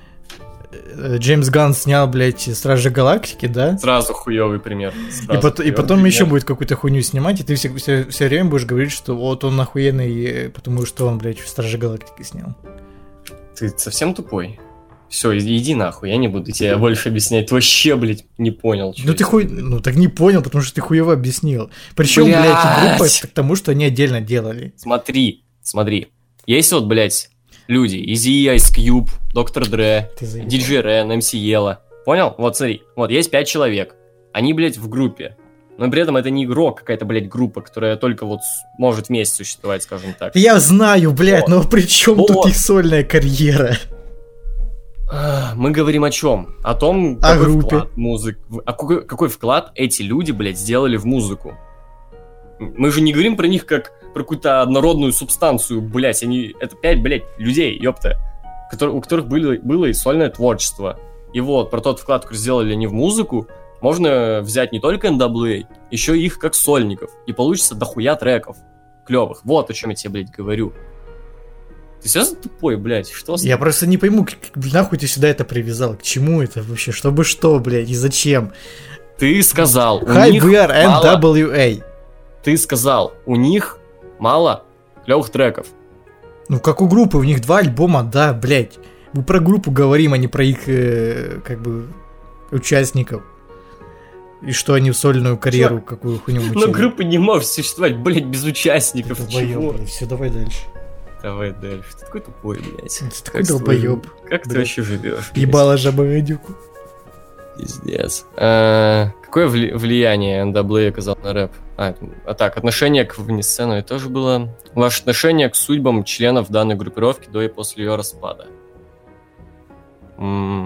э, Джеймс Ганн снял, блядь, Стражи Галактики, да? Сразу хуевый пример. И, Сразу пот- и хуёвый потом пример. еще будет какую-то хуйню снимать, и ты все, все, все время будешь говорить, что вот он охуенный, э, потому что он, блядь, в Стражи Галактики снял. Ты совсем тупой? Все, иди нахуй, я не буду тебе больше объяснять. Ты вообще, блядь, не понял. чё Ну я ты хуй... тебе говорю. Ну так не понял, потому что ты хуево объяснил. Причем, Блядь. блядь, группа к тому, что они отдельно делали. Смотри, смотри. Есть вот, блядь, люди. Eazy-E, Ice Cube, доктор Dre, Ты заебал. ди джей Ren, эм си Yella. Понял? Вот смотри. Вот, есть пять человек. Они, блядь, в группе. Но при этом это не игрок, какая-то, блядь, группа, которая только вот с- может вместе существовать, скажем так. Я знаю, блядь, Вот. но при чем Вот. тут их сольная карьера? А, Мы говорим о чем? О том, О какой группе. вклад музык... в- а какой, какой вклад эти люди, блядь, сделали в музыку. Мы же не говорим про них как про какую-то однородную субстанцию, блядь. Они... Это пять, блядь, людей, ёпта. Которые, у которых были, было и сольное творчество. И вот, про тот вклад, который сделали они в музыку, можно взять не только эн дабл ю эй, еще и их как сольников. И получится дохуя треков клевых. Вот о чем я тебе, блядь, говорю. Ты серьезно тупой, блядь? Что с Я просто не пойму, как, как, нахуй ты сюда это привязал? К чему это вообще? Чтобы что, блядь, и зачем? Ты сказал, у Hi, них we are эн мало... дабл ю эй. Ты сказал, у них мало клевых треков. Ну, как у группы, у них два альбома, да, блядь. Мы про группу говорим, а не про их, э, как бы, участников. И что они в сольную карьеру какую хуйню Но мутили. группа не может существовать, блядь, без участников. Чего? Долбоёб, все, давай дальше. Давай дальше. Ты такой тупой, блядь. Ты такой Как с долбоёб. твоим- Как ты Блядь. вообще живешь? блядь? Ебала жаба гадюку. Пиздец. А, Какое вли- влияние эн дабл ю эй оказал на рэп? А, а так, отношение к внесцену тоже было. Ваше отношение к судьбам членов данной группировки до и после ее распада. М,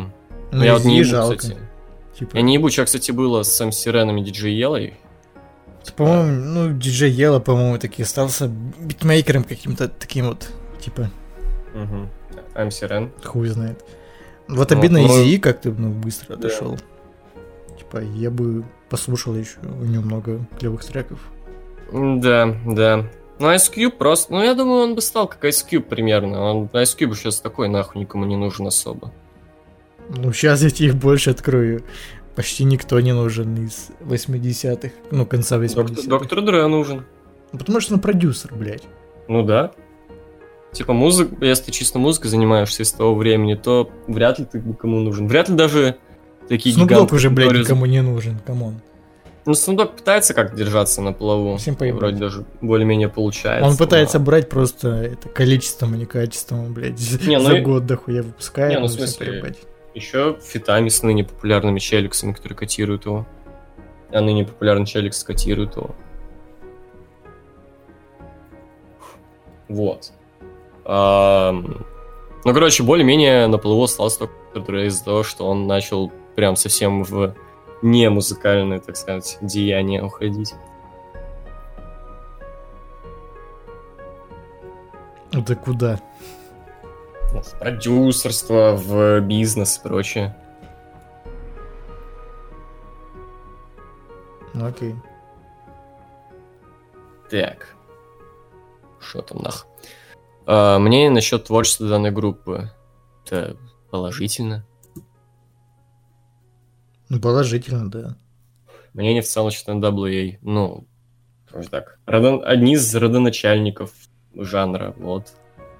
Ну, я вот не ебу, жалко. кстати. Типа... Я не ебу, что, кстати, было с эм си Реном и диджей Елой. По-моему, ну, диджей Ела, по-моему, таки остался битмейкером каким-то таким вот, типа... Угу. эм си Рен. Хуй знает. Вот Ну, обидно, ну, Изи как-то ну, быстро да. отошел. Типа, я бы послушал еще, у него много клевых треков. Да, да. Ну, Ice Cube просто... Ну, я думаю, он бы стал как Ice Cube примерно. Он Ice Cube сейчас такой, нахуй, никому не нужен особо. Ну, сейчас я тебе их больше открою. Почти никто не нужен из восьмидесятых, ну, конца восьмидесятых. Доктор Дре нужен. Потому что он продюсер, блядь. Ну да. Типа музыка, если ты чисто музыкой занимаешься из того времени, то вряд ли ты никому нужен. Вряд ли даже такие Снуп гиганты... Дог уже, блядь, которые- никому не нужен, камон. Ну, Snoop Dogg пытается как-то держаться на плаву. Всем поебать. Вроде даже более-менее получается. Он пытается но- брать просто это количеством, а не качеством, блядь. Не, ну За и- год дохуя выпускает. Не, ну, ну, в всем смысле, поебать. Еще фитами с ныне популярными челиксами, которые котируют его. А ныне популярный челикс котирует его. Вот. Ам, Ну, короче, более-менее на плаву остался только Дре из-за того, что он начал прям совсем в не музыкальное, так сказать, деяние уходить. Это куда? Ну, в продюсерство, в бизнес и прочее. Ну, окей. Так. Что там нах? А, мне насчет творчества данной группы. Это положительно. Ну, положительно, да. Мнение в целом насчет эн дабл ю эй. Ну, вроде так. Родо- Одни из родоначальников жанра, вот.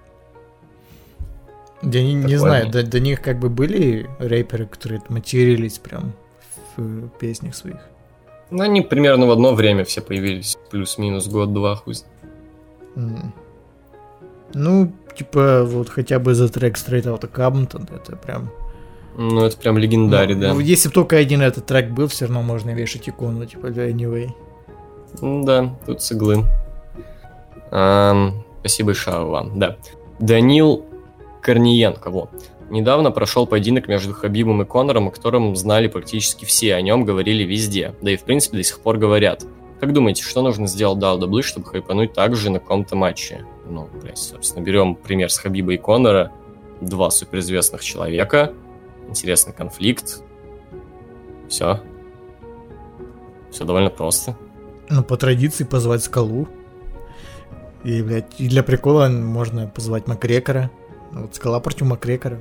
Я не, не Такое знаю, мне. до, до них как бы были рэперы, которые матерились прям в э, песнях своих. Ну, они примерно в одно время все появились. Плюс-минус год-два, хуй знает. М. Ну, типа, вот хотя бы за трек Straight Outta Compton, это прям... Ну, это прям легендарий, ну, да. ну, если бы только один этот трек был, все равно можно вешать икону, типа, для Anyway. М, Да, тут с иглы. Ам, Спасибо большое вам, да. Данил Корниенко, вот. Недавно прошел поединок между Хабибом и Конором, о котором знали практически все, о нем говорили везде, да и в принципе до сих пор говорят. Как думаете, что нужно сделать дабл ю дабл ю и, чтобы хайпануть так же на каком-то матче? Ну, блядь, собственно, берем пример с Хабиба и Конора. Два суперизвестных человека, интересный конфликт. Все. Все довольно просто. Ну, по традиции позвать Скалу. И, блядь, и для прикола можно позвать Макгрегора. Вот Скала против Макгрегора.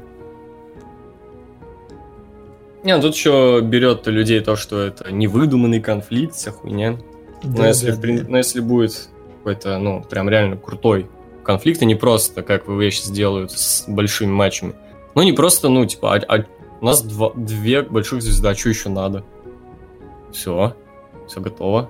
Не, ну тут еще берет людей то, что это невыдуманный конфликт, вся хуйня. Но, Да, если, да, в прин- да. но если будет какой-то, ну, прям реально крутой конфликт, и не просто, как вы сейчас делают с большими матчами. Ну, не просто, ну, типа, а- а у нас два, две больших звезды, а что еще надо? Все, все готово.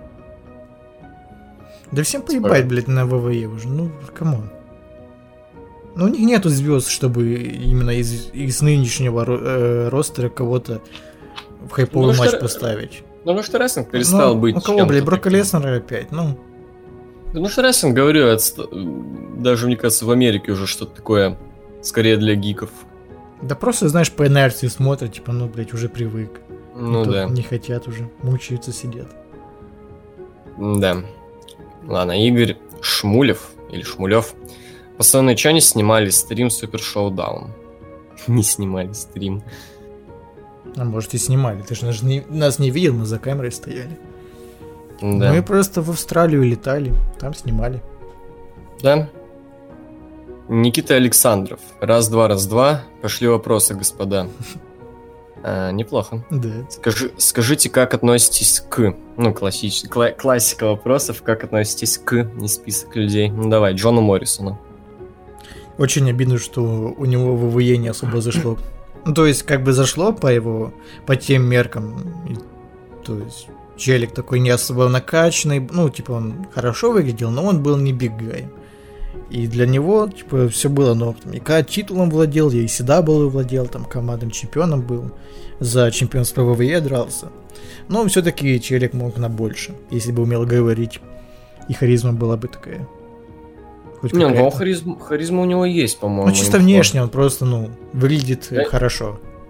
Да всем поебать, блядь, на ВВЕ уже. Ну, камон. Ну, у них нету звезд, чтобы именно из, из нынешнего ро- э, ростера кого-то в хайповый Ну, матч что- поставить. Ну, потому что рестлинг перестал Ну, быть у кого, чем-то блядь, Брока таким. Леснера опять, ну. Да, ну что рестлинг, говорю, это ст- даже, мне кажется, в Америке уже что-то такое, скорее для гиков. Да просто, знаешь, по инерции смотрят, типа, ну, блядь, уже привык. Ну И то да. Не хотят уже, мучаются, сидят. Да. Ладно, Игорь Шмулев или Шмулев. Пацаны, что не снимали стрим Супер Шоудаун? Не снимали стрим. А может и снимали, ты же нас не, нас не видел, мы за камерой стояли. Да. Мы просто в Австралию летали, там снимали. Да. Никита Александров. Раз-два, раз-два. Пошли вопросы, господа. А, неплохо. Да. Скажи, скажите, как относитесь к... Ну, классич, кла- классика вопросов. Как относитесь к... Не список людей. Ну, давай, Джону Моррисону. Очень обидно, что у него в ВВЕ не особо зашло. Ну, то есть, как бы зашло по его, по тем меркам. И, то есть, челик такой не особо накачанный. Ну, типа, он хорошо выглядел, но он был не биггаем. И для него, типа, все было норм. Там, и когда титулом владел, я и всегда был владел, там, командным чемпионом был. За чемпионство ВВЕ дрался. Но все-таки челик мог на больше, если бы умел говорить. И харизма была бы такая. Хоть Не, ну, какая-то. харизма, харизма у него есть, по-моему. Ну, чисто неплохо. внешне он просто, ну, выглядит э, Да. хорошо.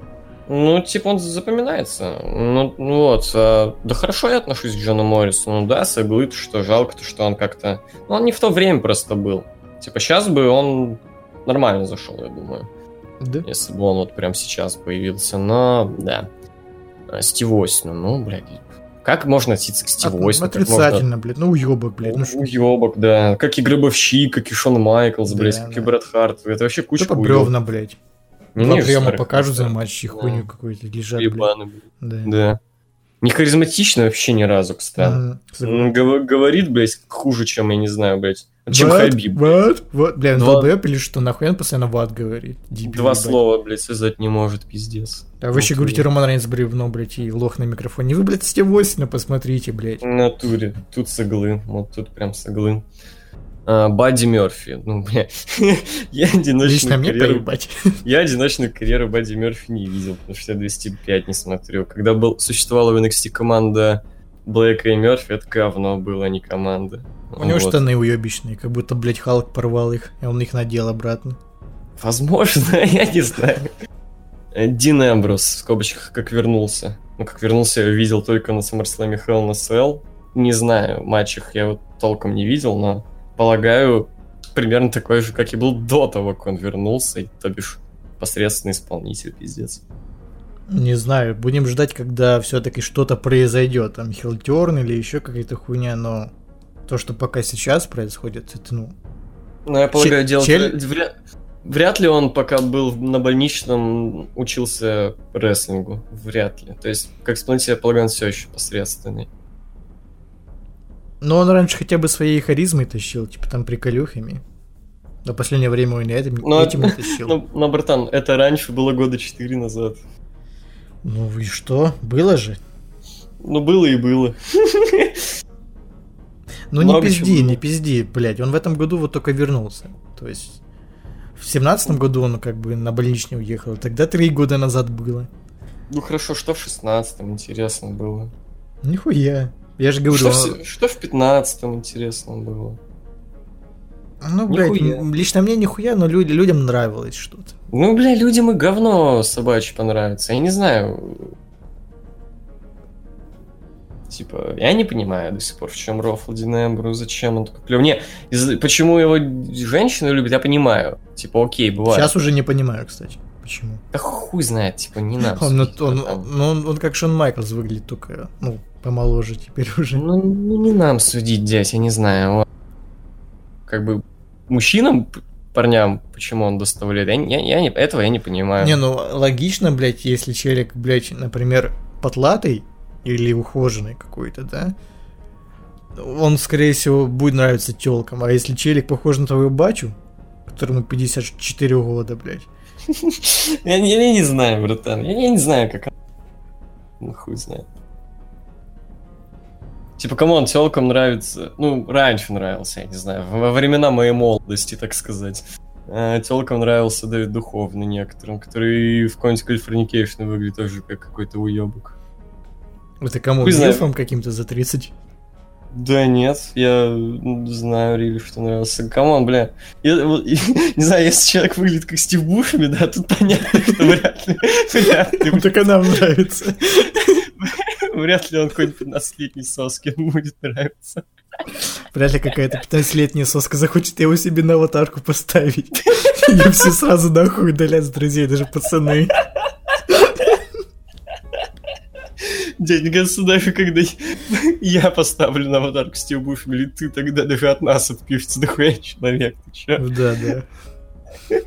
Ну, типа, он запоминается. Ну, ну вот. А, да хорошо я отношусь к Джону Моррису. Ну да, с иглы, что жалко-то, что он как-то... Ну, он не в то время просто был. Типа, сейчас бы он нормально зашел, я думаю. Да? Если бы он вот прям сейчас появился. Но, да. Стив Осин, ну, блядь. Как можно относиться к Стиву Осину? Отрицательно, можно... блядь. Ну, уебок, блядь. Ну, ну уебок, да. Как и Гробовщик, как и Шон Майклс, блядь, да, как да. и Брэд Харт. Это вообще куча уебок. бревна, блядь. Не, Два не, приема покажут за да. матч, и да. хуйню какую-то лежат, Ебаны, блядь. блядь. Да. да. Не харизматично вообще ни разу, кстати. Mm, Гов- говорит, блядь, хуже, чем, я не знаю, блядь. Чем what? Хабиб. Вот, вот, бля, он Два... долбоёб или что, нахуй он постоянно ват говорит? Дебил, Два ебать. слова, блядь, связать не может, пиздец. А вы еще говорите, Роман Рейнс бревно, блядь, и лох на микрофоне. Вы, блядь, Стив Осина посмотрите, блядь. В натуре, тут с иглы, вот тут прям с иглы. А, Бадди Мёрфи, ну, бля, я одиночную Лично мне карьеру... поебать. Я одиночную карьеру Бадди Мёрфи не видел, потому что я двести пять не смотрю. Когда был, существовала в эн экс ти команда Блэка и Мёрфи, это говно было, а не команда. У него вот. Штаны уебищные, как будто, блядь, Халк порвал их, и он их надел обратно. Возможно, я не знаю. Дин Эмброс, в скобочках, как вернулся. Ну, как вернулся, я видел только на SummerSlam Hell in a Cell. Не знаю, в матчах я вот толком не видел, но полагаю, примерно такой же, как и был до того, как он вернулся, и, то бишь, посредственный исполнитель, пиздец. Не знаю, будем ждать, когда все-таки что-то произойдет, там, хилтерн или еще какая-то хуйня, но то, что пока сейчас происходит, это, ну... Ну, я полагаю, Ч- дело... чель... Вряд... Вряд ли он, пока был на больничном, учился рестлингу. Вряд ли. То есть, как исполнитель, я полагаю, он все еще посредственный. Но он раньше хотя бы своей харизмой тащил, типа там приколюхами. В последнее время он этим, но, этим не тащил. Но, но, братан, это раньше было года четыре назад. Ну и что? Было же? Ну, было и было. Ну не пизди, не пизди, блядь. Он в этом году вот только вернулся. То есть в семнадцатом году он как бы на больничный уехал. Тогда три года назад было. Ну хорошо, что в шестнадцатом интересно было? Нихуя. Я же говорю... Что, он... в, что в пятнадцатом интересно было? Ну, блядь, нихуя. Лично мне нихуя, но люди, людям нравилось что-то. Ну, бля, людям и говно собачье понравится. Я не знаю. Типа, я не понимаю до сих пор, в чем рофл Дина Эмбру, зачем он такой клёвый. Не, из- почему его женщины любят, я понимаю. Типа, окей, бывает. Сейчас уже не понимаю, кстати. Почему? Да хуй знает, типа, не надо. Он, он, он, он, он как Шон Майклс выглядит, только, ну, помоложе теперь уже. Ну, ну, не нам судить, дядь, я не знаю. Как бы мужчинам, парням, почему он доставляет, я, я, я не, этого я не понимаю. Не, ну, логично, блядь, если челик, блядь, например, потлатый или ухоженный какой-то, да, он, скорее всего, будет нравиться тёлкам. А если челик похож на твою бачу, которому пятьдесят четыре года, блядь. Я, я, я не знаю, братан. Я, я не знаю, как... Ну, хуй знает. Типа, кому он тёлкам нравится... Ну, раньше нравился, я не знаю. Во времена моей молодости, так сказать. А, тёлкам нравился Дэвид Духовный некоторым, который в какой-нибудь Californication выглядит тоже как какой-то уёбок. Это кому? Милфам каким-то за тридцать? Да нет, я знаю, Рили, что нравился. Камон, бля. Я, вот, я, не знаю, если человек выглядит как Стив Бушеми, да, тут понятно, что вряд ли. Вряд ли. Ну, только нам нравится. Вряд ли он какой-нибудь пятнадцатилетний соски будет нравиться. Вряд ли какая-то пятнадцатилетняя соска захочет его себе на аватарку поставить. И все сразу нахуй удалят с друзей, даже пацаны. Дядь, мне кажется, даже когда я поставлю на аватарку Стив Бушеми, или ты тогда даже от нас отпишется дохуя человек, ты чё? Да, да.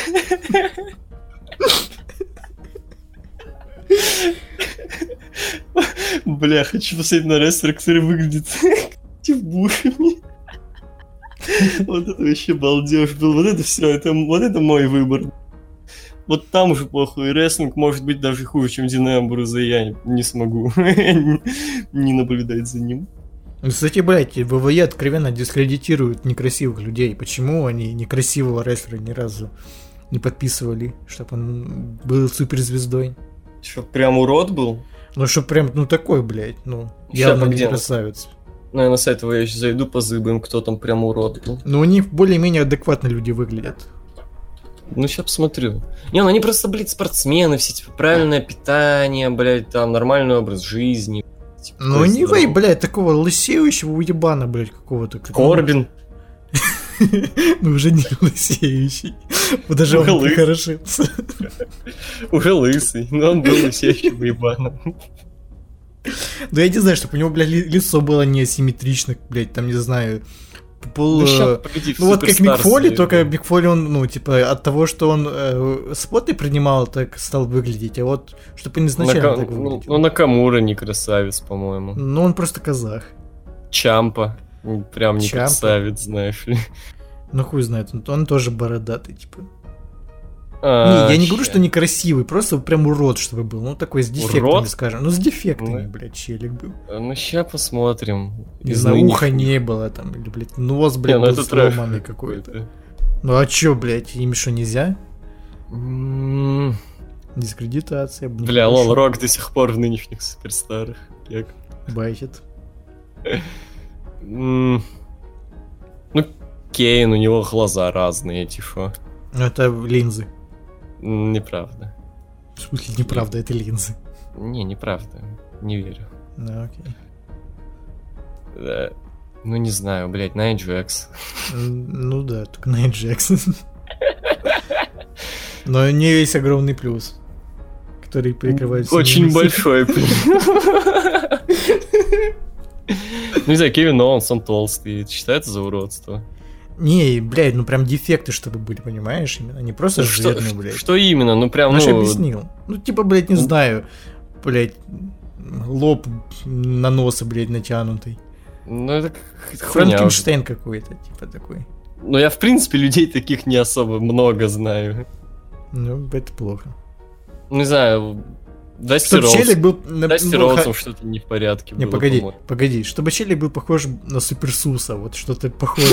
Бля, хочу посмотреть на рестлера, который выглядит Стив Бушеми. Вот это вообще балдеж был, вот это все, это, вот это мой выбор. Вот там уже плохой рестлинг, может быть даже хуже, чем Дина Эмбруза, и я не смогу не наблюдать за ним. Кстати, блядь, ВВЕ откровенно дискредитируют некрасивых людей. Почему они некрасивого рестлера ни разу не подписывали, чтобы он был суперзвездой? Чтоб прям урод был? Ну, чтоб прям, ну такой, блядь, ну, явно не красавец. Ну, я на сайт его я еще зайду, позыбаем, кто там прям урод был. Ну, у них более-менее адекватно люди выглядят. Ну, сейчас посмотрю. Не, ну они просто, блядь, спортсмены, все, типа, правильное питание, блядь, там, нормальный образ жизни. Типа, Ну, не вей, блядь, такого лысеющего уебана, блядь, какого-то. Корбин. Ну, уже не лысеющий. Даже он прихорошился. Уже лысый, но он был лысеющим уебаном. Да я не знаю, чтобы у него, блядь, лицо было не асимметрично, блядь, там, не знаю... Пол, ну, щас, погоди, ну вот как Мик Фоли, или... только Мик Фоли, он, ну, типа, от того, что он э, споты принимал, так стал выглядеть, а вот, чтобы он изначально Нака... так выглядел. Ну, Накамура не красавец, по-моему. Ну, он просто казах. Чампа, прям не Чампа. Красавец, знаешь ли. Ну, хуй знает, он, он тоже бородатый, типа. А, не, я не ща. говорю, что некрасивый, просто прям урод, чтобы был. Ну, такой с дефектами, Урод? скажем. Ну, с дефектами, Ну. блядь, челик был. Ну, ща посмотрим. Не Из знаю, нынешних. уха не было там, или, блядь, нос, блядь, Не, ну был это трэш сломанный какой-то. какой-то. Ну, а чё, блядь, им что, нельзя? М, Дискредитация. Бля, Лол Рок до сих пор в нынешних суперстарах. Як. Байтит. М, Ну, Кейн, у него глаза разные, типа. Ну, это линзы. М, Неправда. В смысле, неправда, это линзы. Не, неправда. Не верю. Ну, окей. Да. Ну, не знаю, блядь, Найт Джекс. М, Ну да, только Найт Джексон. Но у нее есть огромный плюс, который прикрывает все Очень минусы. большой, блин. Ну, не знаю, Кевин Оуэнс, он толстый. Это считается за уродство? Не, блядь, ну прям дефекты, чтобы были, понимаешь? Именно не просто Ну, что, жирный, блядь. что именно? Ну, прям, Ну, ну... я объяснил. Ну, типа, блядь, не знаю. Блядь, лоб на носа, блядь, натянутый. Ну, это как хуйня уже. Франкенштейн какой-то, типа такой. Ну, я, в принципе, людей таких не особо много знаю. Ну, это плохо. Не знаю, Дасти Чтоб Роудс. челик был... на- Дасти ну, Роудсом ха- что-то не в порядке Не, было, погоди, по-моему. погоди. Чтобы челик был похож на Суперсуса, вот что-то похожее.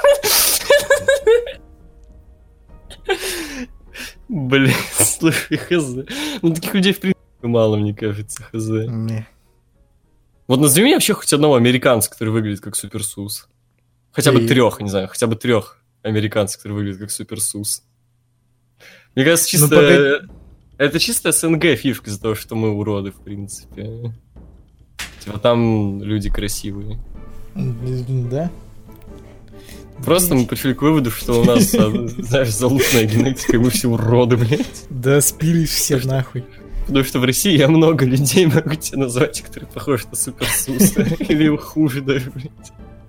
Блин, слушай, хз. Ну, таких людей, в принципе, мало, мне кажется, хз. Не. Вот назови мне вообще хоть одного американца, который выглядит как Суперсус. Хотя бы И- трех, не знаю, хотя бы трех американцев, которые выглядят как Суперсус. Мне кажется, Ну, чисто... погоди. Это чисто СНГ фишка из-за того, что мы уроды, в принципе. Типа там люди красивые. Да? Просто мы пришли к выводу, что у нас, а, знаешь, залупная генетика, и мы все уроды, блядь. Да, спились все нахуй. Потому что в России я много людей могу тебе назвать, которые похожи на Суперсуса. Или хуже даже, блядь.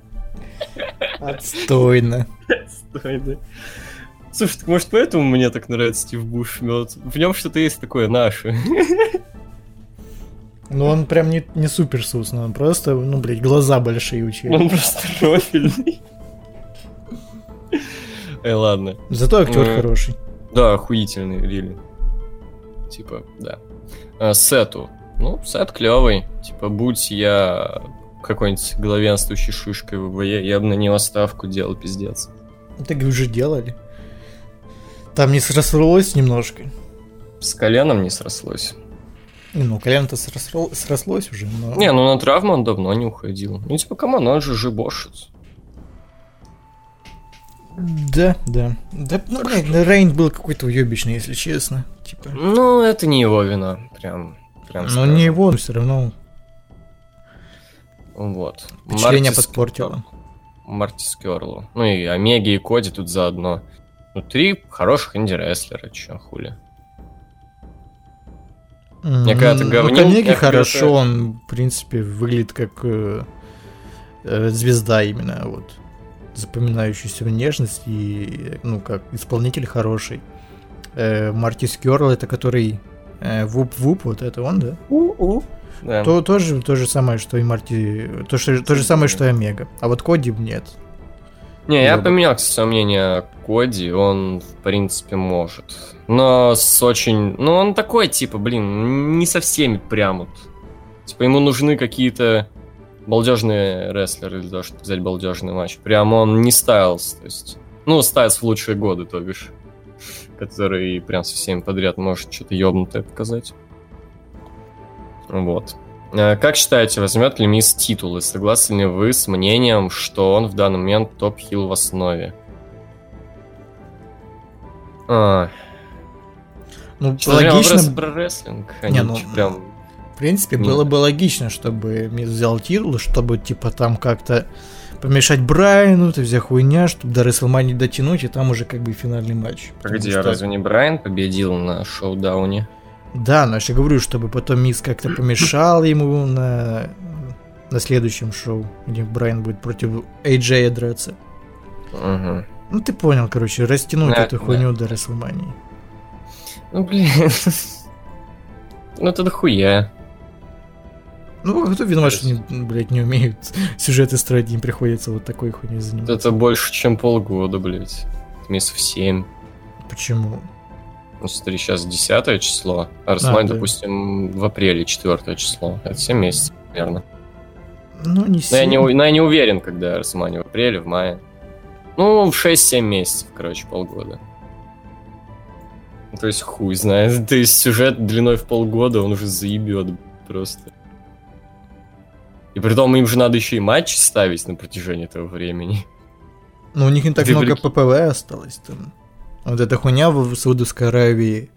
Отстойно. Стой, да. Слушай, так может поэтому мне так нравится Стив Бушмет? В нем что-то есть такое наше. Ну, он прям не, не суперсус, но он просто, ну, блядь, глаза большие у человека. Он просто профильный. Эй, ладно. Зато актер Ну, хороший. Да, охуительный, Рили. Типа, да. А, Сету. Ну, Сет клевый. Типа, будь я какой-нибудь главенствующей шишкой в ВВЕ, я бы на него ставку делал, пиздец. Так и уже делали. Там не срослось немножко. С коленом не срослось. Не, Ну, колено-то сросло- срослось уже, но... Не, ну на травму он давно не уходил. Ну, типа, камон, он же жибошец. Да, да. Да, ну, блядь, ну, Рейн был какой-то уебищный, если честно. Типа. Ну, это не его вина. Прям, прям Но скажем. не его, но все равно Вот. впечатление Мартис- подпортило. Марти Скёрлу. Ну и Омеги, и Коди тут заодно. Ну, три хороших инди-рестлера, чё, хули. Я когда-то М, говнил, Ну, Канеги я хорошо, когда-то- он, в принципе, выглядит как э, э, звезда именно, вот. Запоминающаяся внешность и, ну, как исполнитель хороший. Э, Марти Скёрл, это который э, Вуп-Вуп, вот это он, да? Да. То, тоже то же самое, что и Марти... То, что, то же самое, что и Омега. А вот Коди нет. Не, я Ёбок. поменял, кстати, свое мнение о Коди, он, в принципе, может. Но с очень... Ну, он такой, типа, блин, не со всеми прям вот. Типа, ему нужны какие-то балдежные рестлеры для того, чтобы взять балдежный матч. Прям он не стайлс, то есть... Ну, стайлс в лучшие годы, то бишь. Который прям со всеми подряд может что-то ёбнутое показать. Вот. Э, Как считаете, возьмет ли Мисс титул? И согласны ли вы с мнением, что он в данный момент топ-хилл в основе? А, Ну, что за вопрос логично... про рестлинг? Не, Они ну, что за вопрос логично... про рестлинг? Они Не, ну, чё, прям... В принципе, Не. было бы логично, чтобы Мисс взял титул, чтобы, типа, там как-то помешать Брайану, это вся хуйня, чтобы до Рестлмании дотянуть, и там уже как бы финальный матч. Потому Погоди, что- а разве не Брайан победил на шоу-дауне? Да, но я же говорю, чтобы потом Мисс как-то помешал ему на... на следующем шоу, где Брайан будет против Эй Джея драться. Угу. Ну, ты понял, короче, растянуть Да, эту да. хуйню до Рестлмании. Ну, блин. Ну, это дохуя. Ну, кто виноват, что они, блядь, не умеют сюжеты строить, им приходится вот такой хуйней заниматься. Это больше, чем полгода, блядь. Месяцев семь. Почему? Ну, смотри, сейчас десятое число, а Расселмания, да. допустим, в апреле четвертое число. Это семь месяцев, примерно. Ну, не Но я не, сильно. у- но я не уверен, когда Расселмания, в апреле, в мае. Ну, в шесть-семь месяцев, короче, полгода. Ну, то есть хуй знает. То есть сюжет длиной в полгода, он уже заебет просто. И при том им же надо еще и матчи ставить на протяжении этого времени. Ну, у них не так Ты много прикинь. ППВ осталось там. Вот эта хуйня в Саудовской Аравии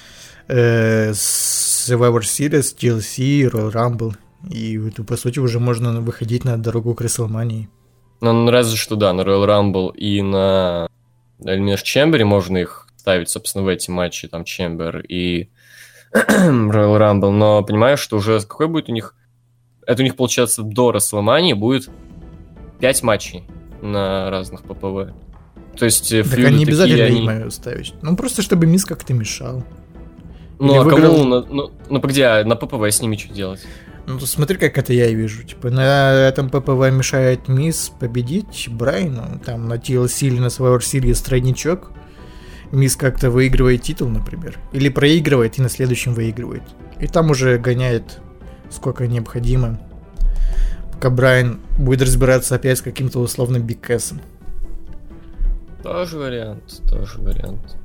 э, с Survivor Series, ти эл си, Royal Rumble. И вот, по сути, уже можно выходить на дорогу к Рестлмании. Ну, ну, разве что, да, на Royal Rumble и на Elimination Chamber можно их ставить, собственно, в эти матчи, там, Chamber и Royal Rumble, но понимаешь, что уже какой будет у них... Это у них, получается, до Расселмании будет пять матчей на разных ППВ. То есть э, Так фьюды они не такие, обязательно они... им её ставить. Ну, просто чтобы Мисс как-то мешал. Ну, или а выиграл- кому? На- Ну, ну, погоди, а на ППВ с ними что делать? Ну, то смотри, как это я и вижу. Типа, на этом ППВ мешает Мисс победить Брайану. Там на ти эл си или на Survivor Series тройничок. Мисс как-то выигрывает титул, например. Или проигрывает и на следующем выигрывает. И там уже гоняет сколько необходимо. Пока Брайан будет разбираться опять с каким-то условным бигкэсом. Тоже вариант, тоже вариант.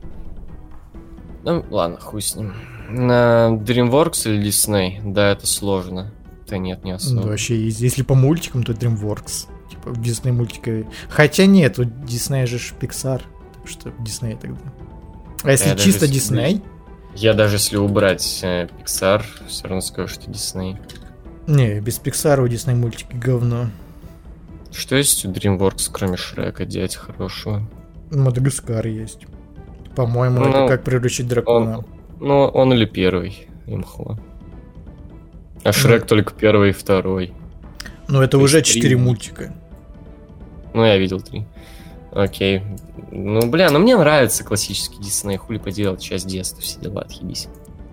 Ну, ладно, хуй с ним. На DreamWorks или Disney? Да, это сложно. Да нет, не особо. Ну, вообще, если если по мультикам, то DreamWorks. Типа, в Disney мультика... Хотя нет, у Disney же ж Pixar. Так что Disney тогда. А если Я даже чисто если- Disney... Я даже если убрать э, Pixar, все равно скажу, что Disney. Не, без Pixar у Disney мультики говно. Что есть у DreamWorks, кроме Шрека, дядь хорошего? Мадагаскар есть. По-моему, Ну, это как приручить дракона. Ну, он или первый, имхо. А Шрек Ну. только первый и второй. Но это то уже есть три. четыре мультика. Ну, я видел три. Окей. Ну, бля, ну мне нравится классический Дисней. Хули поделать, часть детства, все дела, отъебись.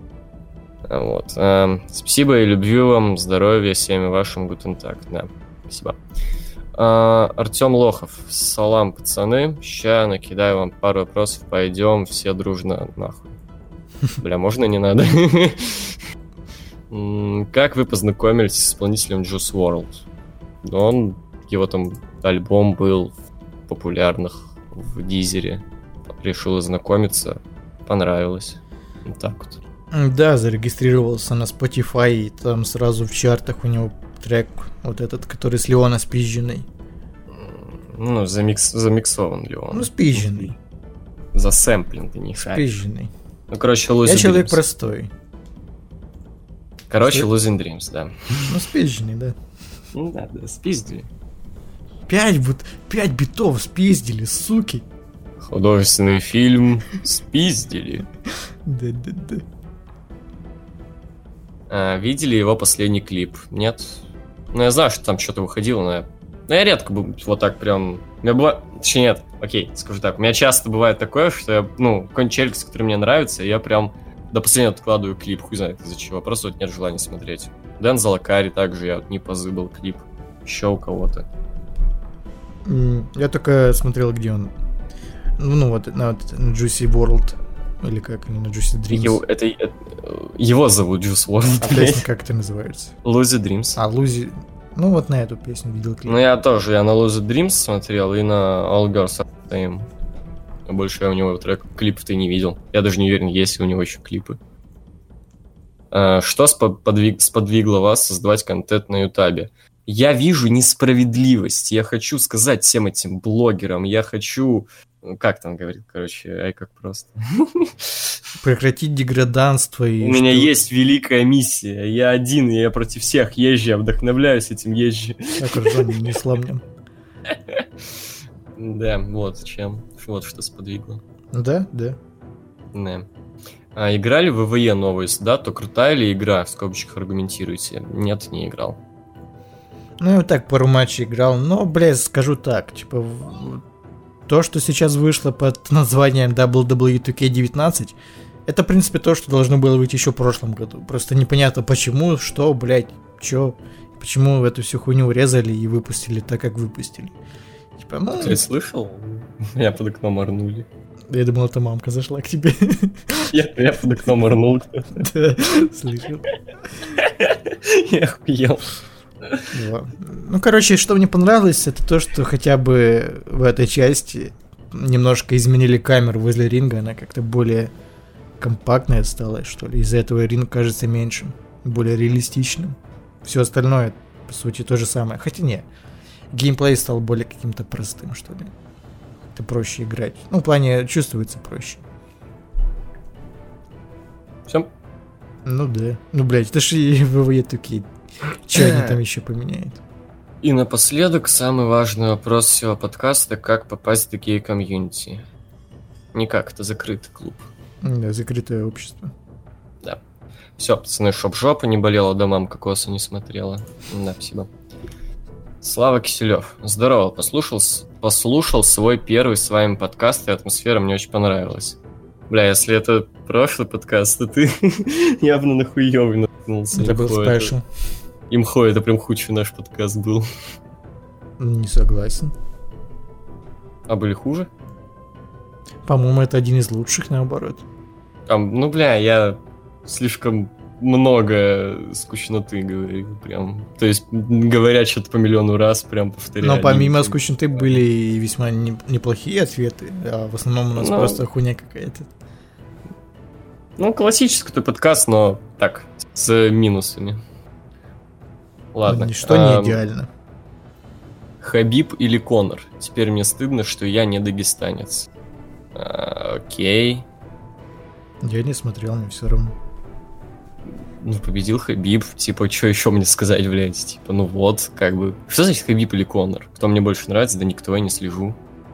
А Вот. Эм, спасибо и любви вам, здоровья, всем вашим, гутен так. Да, спасибо. А, Артем Лохов. Салам, пацаны. Ща накидаю вам пару вопросов. Пойдем все дружно нахуй. Бля, можно не надо? М, Как вы познакомились с исполнителем Juice world? Он, его там альбом был в популярных в Дизере. Решил ознакомиться. Понравилось. Вот так вот. Да, зарегистрировался на Spotify, и там сразу в чартах у него трек вот этот, который с Леона спизженный. Ну, замикс, замиксован ли он? Ну, спизженный. Засэмплен, ты не шаришь. Спизженный. Ну, короче, Я Losing человек Dreams. простой. Короче, Что? Losing Dreams, да. Ну, спизженный, да. Ну да, да, спиздили. Пять, вот, пять битов спиздили, суки. Художественный фильм спиздили. Да-да-да. А, видели его последний клип? Нет? Ну, я знаю, что там что-то выходило, но я... Но я редко бы вот так прям... У меня бывает... Точнее, нет, окей, скажу так. У меня часто бывает такое, что я, ну, какой-нибудь челик, который мне нравится, и я прям до последнего откладываю клип, хуй знает из-за чего. Просто вот нет желания смотреть. Дензел Акари также я вот не позыбал клип. Еще у кого-то. М, Я только смотрел, где он. Ну, ну вот, на вот на Juicy World. Или как они, на Juicy Dreams. Его, это, это- его зовут Juice А world, песня как это называется? Losing Dreams. А, Лузи... Ну, вот на эту песню видел клип. Ну, я тоже, я на Losing Dreams смотрел и на All Girls Are Same. Больше я у него трек, клипов-то и не видел. Я даже не уверен, есть ли у него еще клипы. А, что спо- подвиг- сподвигло вас создавать контент на Ютабе? Я вижу несправедливость. Я хочу сказать всем этим блогерам, я хочу... Как там говорит, короче, ай, как просто. Прекратить деграданство. И У меня что... есть великая миссия. Я один, я против всех езжу, я вдохновляюсь этим езжу. Так, хорошо, не сломнем. Да, вот чем. Вот что сподвигло. Да, да. Да. А играли в ВВЕ новые, да? То крутая ли игра? В скобочках аргументируйте. Нет, не играл. Ну, я вот так пару матчей играл. Но, блядь, скажу так. Типа, то, что сейчас вышло под названием дабл ю дабл ю и ту кей девятнадцать, это, в принципе, то, что должно было выйти еще в прошлом году. Просто непонятно почему, что, блядь, чё, почему эту всю хуйню урезали и выпустили так, как выпустили. Типа, ну... Ты слышал? Меня под окном орнули. Я думал, это мамка зашла к тебе. Я, я под окном орнул. Да, слышал. Я охуел. Ну, короче, что мне понравилось, это то, что хотя бы в этой части немножко изменили камеру возле ринга, она как-то более компактная стала, что ли. Из-за этого ринг кажется меньшим, более реалистичным. Все остальное, по сути, то же самое. Хотя не, геймплей стал более каким-то простым, что ли. Это проще играть. Ну, в плане чувствуется проще. Все? Ну да. Ну, блядь, это же и ВВЕ такие. Че они там еще поменяют? И напоследок самый важный вопрос всего подкаста: как попасть в такие комьюнити? Никак, это закрытый клуб. Да, закрытое общество. Да. Все, пацаны, чтоб жопа не болела, да мамка коса не смотрела. Да, спасибо. Слава Киселев. Здорово, послушал, послушал свой первый с вами подкаст, и атмосфера мне очень понравилась. Бля, если это прошлый подкаст, то ты явно на хуёвый наткнулся. Это был спешл. Имхо, это прям худший наш подкаст был. Не согласен. А были хуже? По-моему, это один из лучших, наоборот. Там, ну, бля, я слишком много скучноты говорю, прям. То есть, говорят что-то по миллиону раз, прям повторяю. Но помимо скучноты были и весьма не, неплохие ответы, а в основном у нас ну, просто хуйня какая-то. Ну, классический подкаст, но так, с минусами. Ладно. Ничто не идеально. Хабиб или Конор? Теперь мне стыдно, что я не дагестанец. А, окей. Я не смотрел, мне все равно. Ну, победил Хабиб. Типа, что еще мне сказать, блядь? Типа, ну вот, как бы. Что значит Хабиб или Конор? Кто мне больше нравится? Да никто, я не слежу.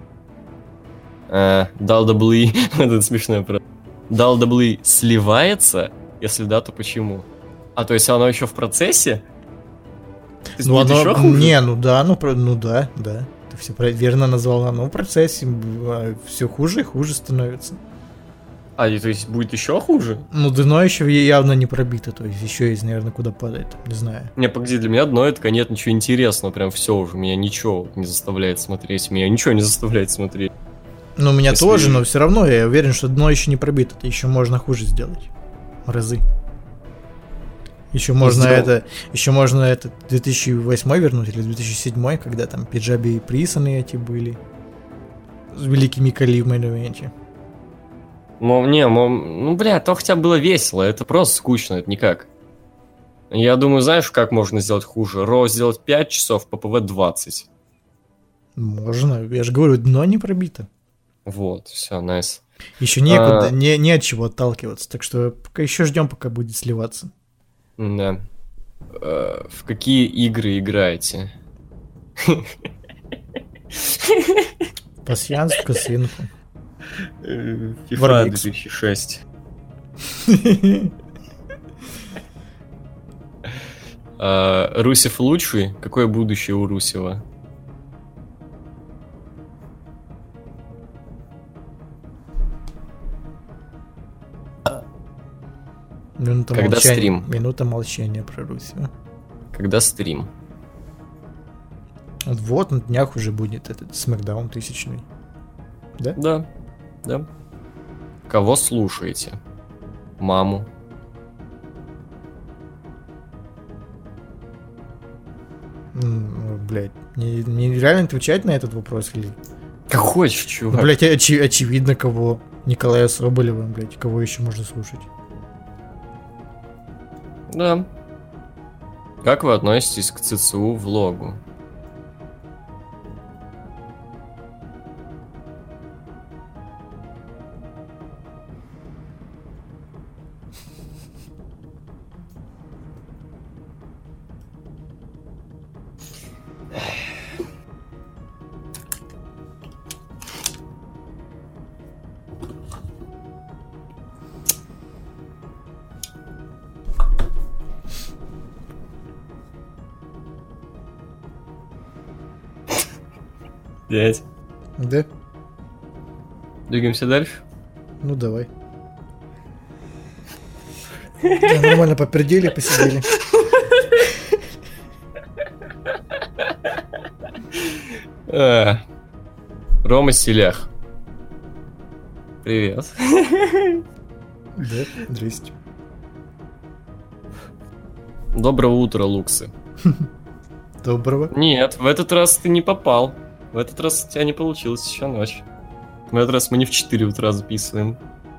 А, дабл ю дабл ю и... Это смешная правда. дабл ю дабл ю и сливается? Если да, то почему? А, то есть оно еще в процессе? Ну, оно... Еще хуже? Не, ну да, ну, ну да, да. Ты все верно назвал. Оно в процессе все хуже и хуже становится. А, то есть будет еще хуже? Ну, дно еще явно не пробито, то есть еще есть, наверное, куда падает, не знаю. Не, погоди, для меня дно это нет ничего интересного, прям все уже, меня ничего не заставляет смотреть, меня ничего не заставляет смотреть. Ну, меня Если... тоже, но все равно я уверен, что дно еще не пробито, это еще можно хуже сделать. В разы. Еще можно Сделал. это, еще можно это две тысячи восьмой вернуть или две тысячи седьмой, когда там Пиджаби и Присаны эти были с великими Кали в мейн-ивенте. Ну, не, ну, бля, то хотя бы было весело, это просто скучно, это никак. Я думаю, знаешь, как можно сделать хуже? Ро сделать пять часов, ППВ двадцать. Можно, я же говорю, дно не пробито. Вот, все, найс. Еще некуда, а... не, не от чего отталкиваться, так что пока еще ждем, пока будет сливаться. Да. А, в какие игры играете? Пасьянс в косынку. FIFA две тысячи шесть. а, Русев лучший? Какое будущее у Русева? Минута Когда молчания, стрим? Минута молчания про Русева. Когда стрим? Вот на днях уже будет этот Смэкдаун тысячный. Да? Да. Да. Кого слушаете? Маму. Ну, блядь, не, не реально отвечать на этот вопрос или... Как хочешь, чувак. Ну, блядь, очи- очевидно кого. Николая Соболева, блядь, кого еще можно слушать? Да. Как вы относитесь к ЦЦУ влогу? Пять. Да? Двигаемся дальше? Ну давай. Да, нормально попердели, посидели. А, Рома Селях. Привет. Да, здрасте. Доброго утра, Луксы. Доброго. Нет, в этот раз ты не попал. В этот раз у тебя не получилось, еще ночь. В этот раз мы не в четыре утра записываем.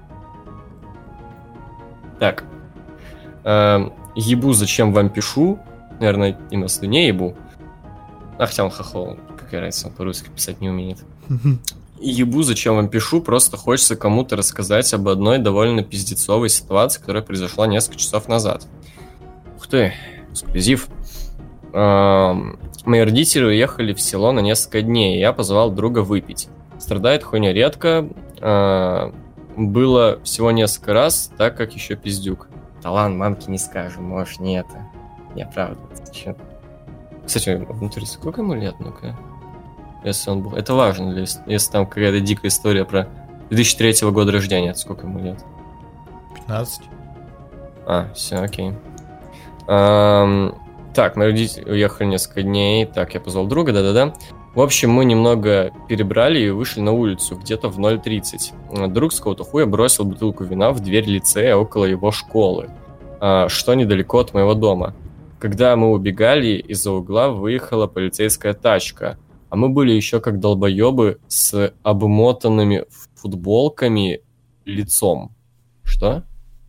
Так. Эм, ебу, зачем вам пишу? Наверное, и на не ебу. А хотя он хохол. Какая разница, он по-русски писать не умеет. Ебу, зачем вам пишу? Просто хочется кому-то рассказать об одной довольно пиздецовой ситуации, которая произошла несколько часов назад. Ух ты, эксклюзив. Эм, мои родители уехали в село на несколько дней, и я позвал друга выпить. Страдает хуйня редко. Э, было всего несколько раз, так как еще пиздюк. Да ладно, мамке не скажем, может, не это. Не оправдываться. Чё? Кстати, внутри сколько ему лет, ну-ка? Если он был... Это важно, если, если там какая-то дикая история про две тысячи третьего года рождения. Сколько ему лет? пятнадцать. А, все, окей. Эм, так, мои родители уехали несколько дней. Так, я позвал друга, да-да-да. В общем, мы немного перебрали и вышли на улицу где-то в ноль тридцать. Друг с какого-то хуя бросил бутылку вина в дверь лицея около его школы, что недалеко от моего дома. Когда мы убегали, из-за угла выехала полицейская тачка, а мы были еще как долбоебы с обмотанными футболками лицом. Что?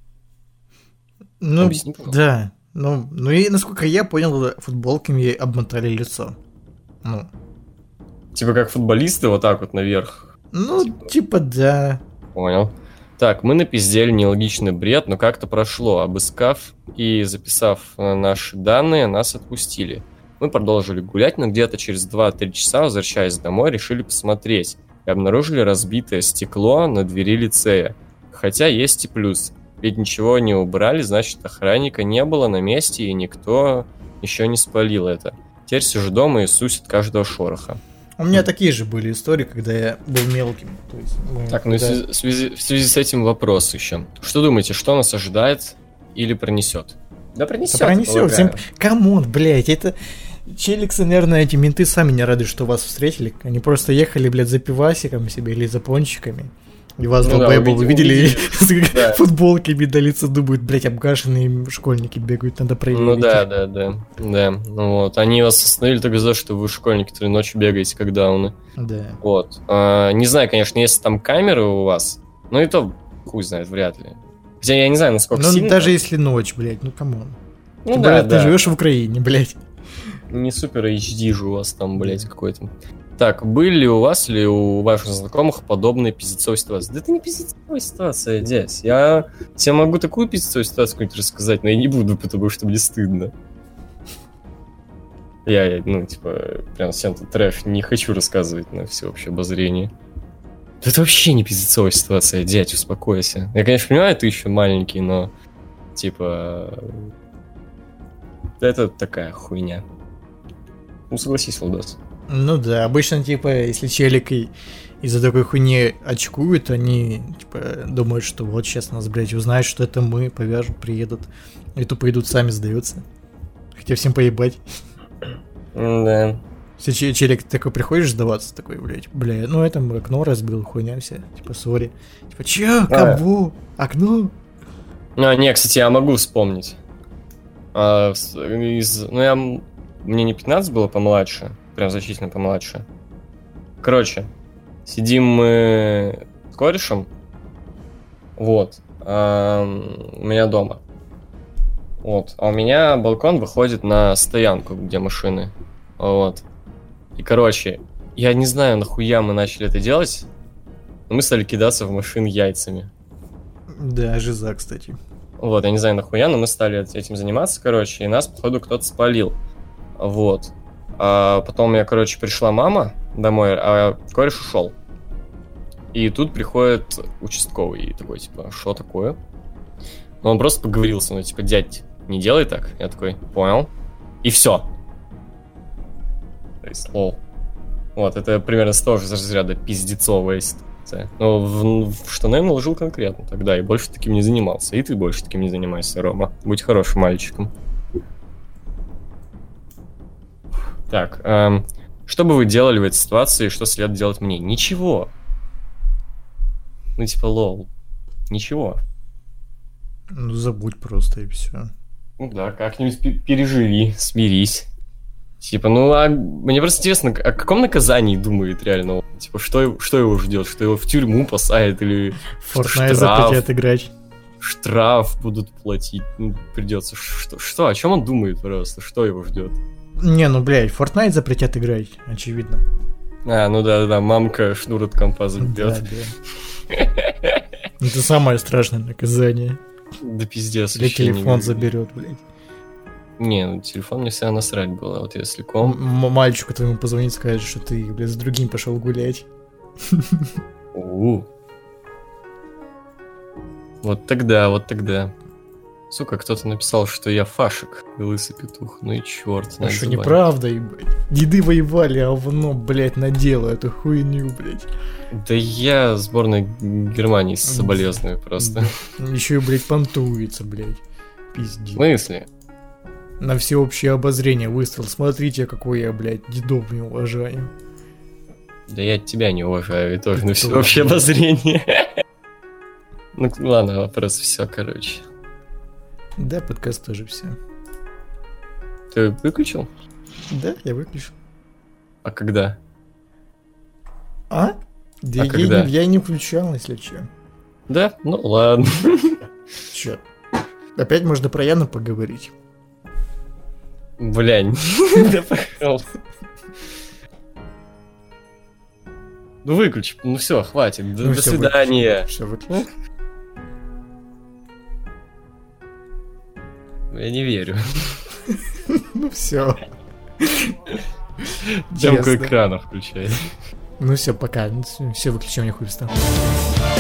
Ну, Объясни, пожалуйста. да. Ну, ну и, насколько я понял, футболками обмотали лицо. Ну, Типа как футболисты вот так вот наверх. ну типа, типа да. Понял. Так, мы напиздели нелогичный бред, но как-то прошло. Обыскав и записав наши данные, нас отпустили. Мы продолжили гулять, но где-то через два-три часа, возвращаясь домой, решили посмотреть. И обнаружили разбитое стекло на двери лицея. Хотя есть и плюс. Ведь ничего не убрали, значит, охранника не было на месте, и никто еще не спалил это. Теперь сижу дома и сусь от каждого шороха. У меня такие же были истории, когда я был мелким. То есть мы Так, ну и когда- в связи, в связи с этим вопрос еще. Что думаете, что нас ожидает или пронесет? Да пронесет. Да пронесет. полагаю. Всем... Камон, блядь, это... Челиксы, наверное, эти менты сами не рады, что вас встретили. Они просто ехали, блядь, за пивасиком себе или за пончиками. И вас, Ну да, долбоебов, увидели- увидели увидели. с Да. футболками до лица, думают, блядь, обгашенные школьники бегают, надо проверить. Ну да, да, да, да. Ну вот. Они вас остановили только за то, что вы школьники, которые ночью бегаете, как дауны. Да. Вот. А, не знаю, конечно, если там камеры у вас, но и то хуй знает, вряд ли. Хотя я не знаю, насколько Ну, сильно. даже если ночь, блядь, ну камон. Ну Тем да, более, да. ты живешь в Украине, блядь. Не супер эйч ди же у вас там, блядь, какой-то. Так, были ли у вас или у ваших знакомых подобные пиздецовые ситуации? Да это не пиздецовая ситуация, дядь. Я тебе могу такую пиздецовую ситуацию какую-нибудь рассказать, но я не буду, потому что мне стыдно. Я, ну, типа, прям всем тут трэш не хочу рассказывать на всеобщее обозрение. Да это вообще не пиздецовая ситуация, дядь, успокойся. Я, конечно, понимаю, ты еще маленький, но, типа, это такая хуйня. Ну, согласись, Владос. Ну да, обычно, типа, если челик и из-за такой хуйни очкуют, они, типа, думают, что вот сейчас нас, блядь, узнают, что это мы, повяжут, приедут, и тупо идут сами, сдаются. Хотя всем поебать. Да. Если че- челик такой приходишь сдаваться, такой, блядь, бля, ну это мы окно разбил, хуйня вся, типа, сори. Типа, чё, кого? Окно? Ну, не, кстати, я могу вспомнить. А, с- из, ну, я... м- Мне не пятнадцать было, помладше. Прям значительно помладше. Короче, сидим мы с корешем. Вот. а, у меня дома. Вот. А у меня балкон выходит на стоянку, где машины. Вот. И, короче, я не знаю, нахуя мы начали это делать, но мы стали кидаться в машины яйцами. Да, жиза, кстати. Вот, я не знаю, нахуя, но мы стали этим заниматься, короче, и нас, походу, кто-то спалил. Вот. А потом я, короче, пришла мама домой, а кореш ушел. И тут приходит участковый и такой, типа, что такое? Но он просто поговорил со мной, типа, дядь, не делай так. Я такой, понял. И все. То есть, лол. Вот, это примерно с того же разряда пиздецовая ситуация. Но в, в штаны наложил конкретно тогда, и больше таким не занимался. И ты больше таким не занимайся, Рома. Будь хорошим мальчиком. Так, эм, что бы вы делали в этой ситуации, что следует делать мне? Ничего. Ну, типа, лол. Ничего. Ну, забудь просто и все. Ну да, как-нибудь п- переживи, смирись. Типа, ну, а мне просто интересно, о каком наказании думает реально? Типа, что, его- что его ждет? Что его в тюрьму посадят или Fortnite штраф, запретят играть. штраф будут платить? Ну, придется. Что, что? О чем он думает просто? Что его ждет? Не, ну, блядь, Fortnite запретят играть, очевидно. А, ну да-да-да, мамка шнур от компа забьет. Да, да. Это самое страшное наказание. Да пиздец. Или вообще не телефон говорю. заберет, блядь. Не, ну телефон мне всегда насрать было. Вот если М- ком... м- Мальчику твоему позвонить, скажет, что ты, блядь, с другим пошел гулять. У. Вот тогда, вот тогда. Сука, кто-то написал, что я фашик, лысый петух. Ну и черт. А что, неправда, ебать. Деды воевали, а оно, блядь, надело эту хуйню, блядь. Да я сборной Германии соболезную просто. Еще и, блядь, понтуется, блядь. В Пиздец. смысле? На всеобщее обозрение выставил. Смотрите, какой я, блядь, дедов не уважаю. Да я тебя не уважаю, и тоже на Тоже. всеобщее обозрение. Ну ладно, вопрос все, короче. Да, подкаст тоже все. Ты выключил? Да, я выключил. А когда? А? Да А я, когда? Не, я не включал, если че. Да? Ну ладно. Че? Опять можно про Яну поговорить. Блянь. Да пожалуйста. Ну выключи, ну все, хватит. До, Ну до всё, свидания. Все, выключил. Я не верю. Ну все. Демку экрана включай. Ну все, пока. Все, выключи, у меня хуй встал.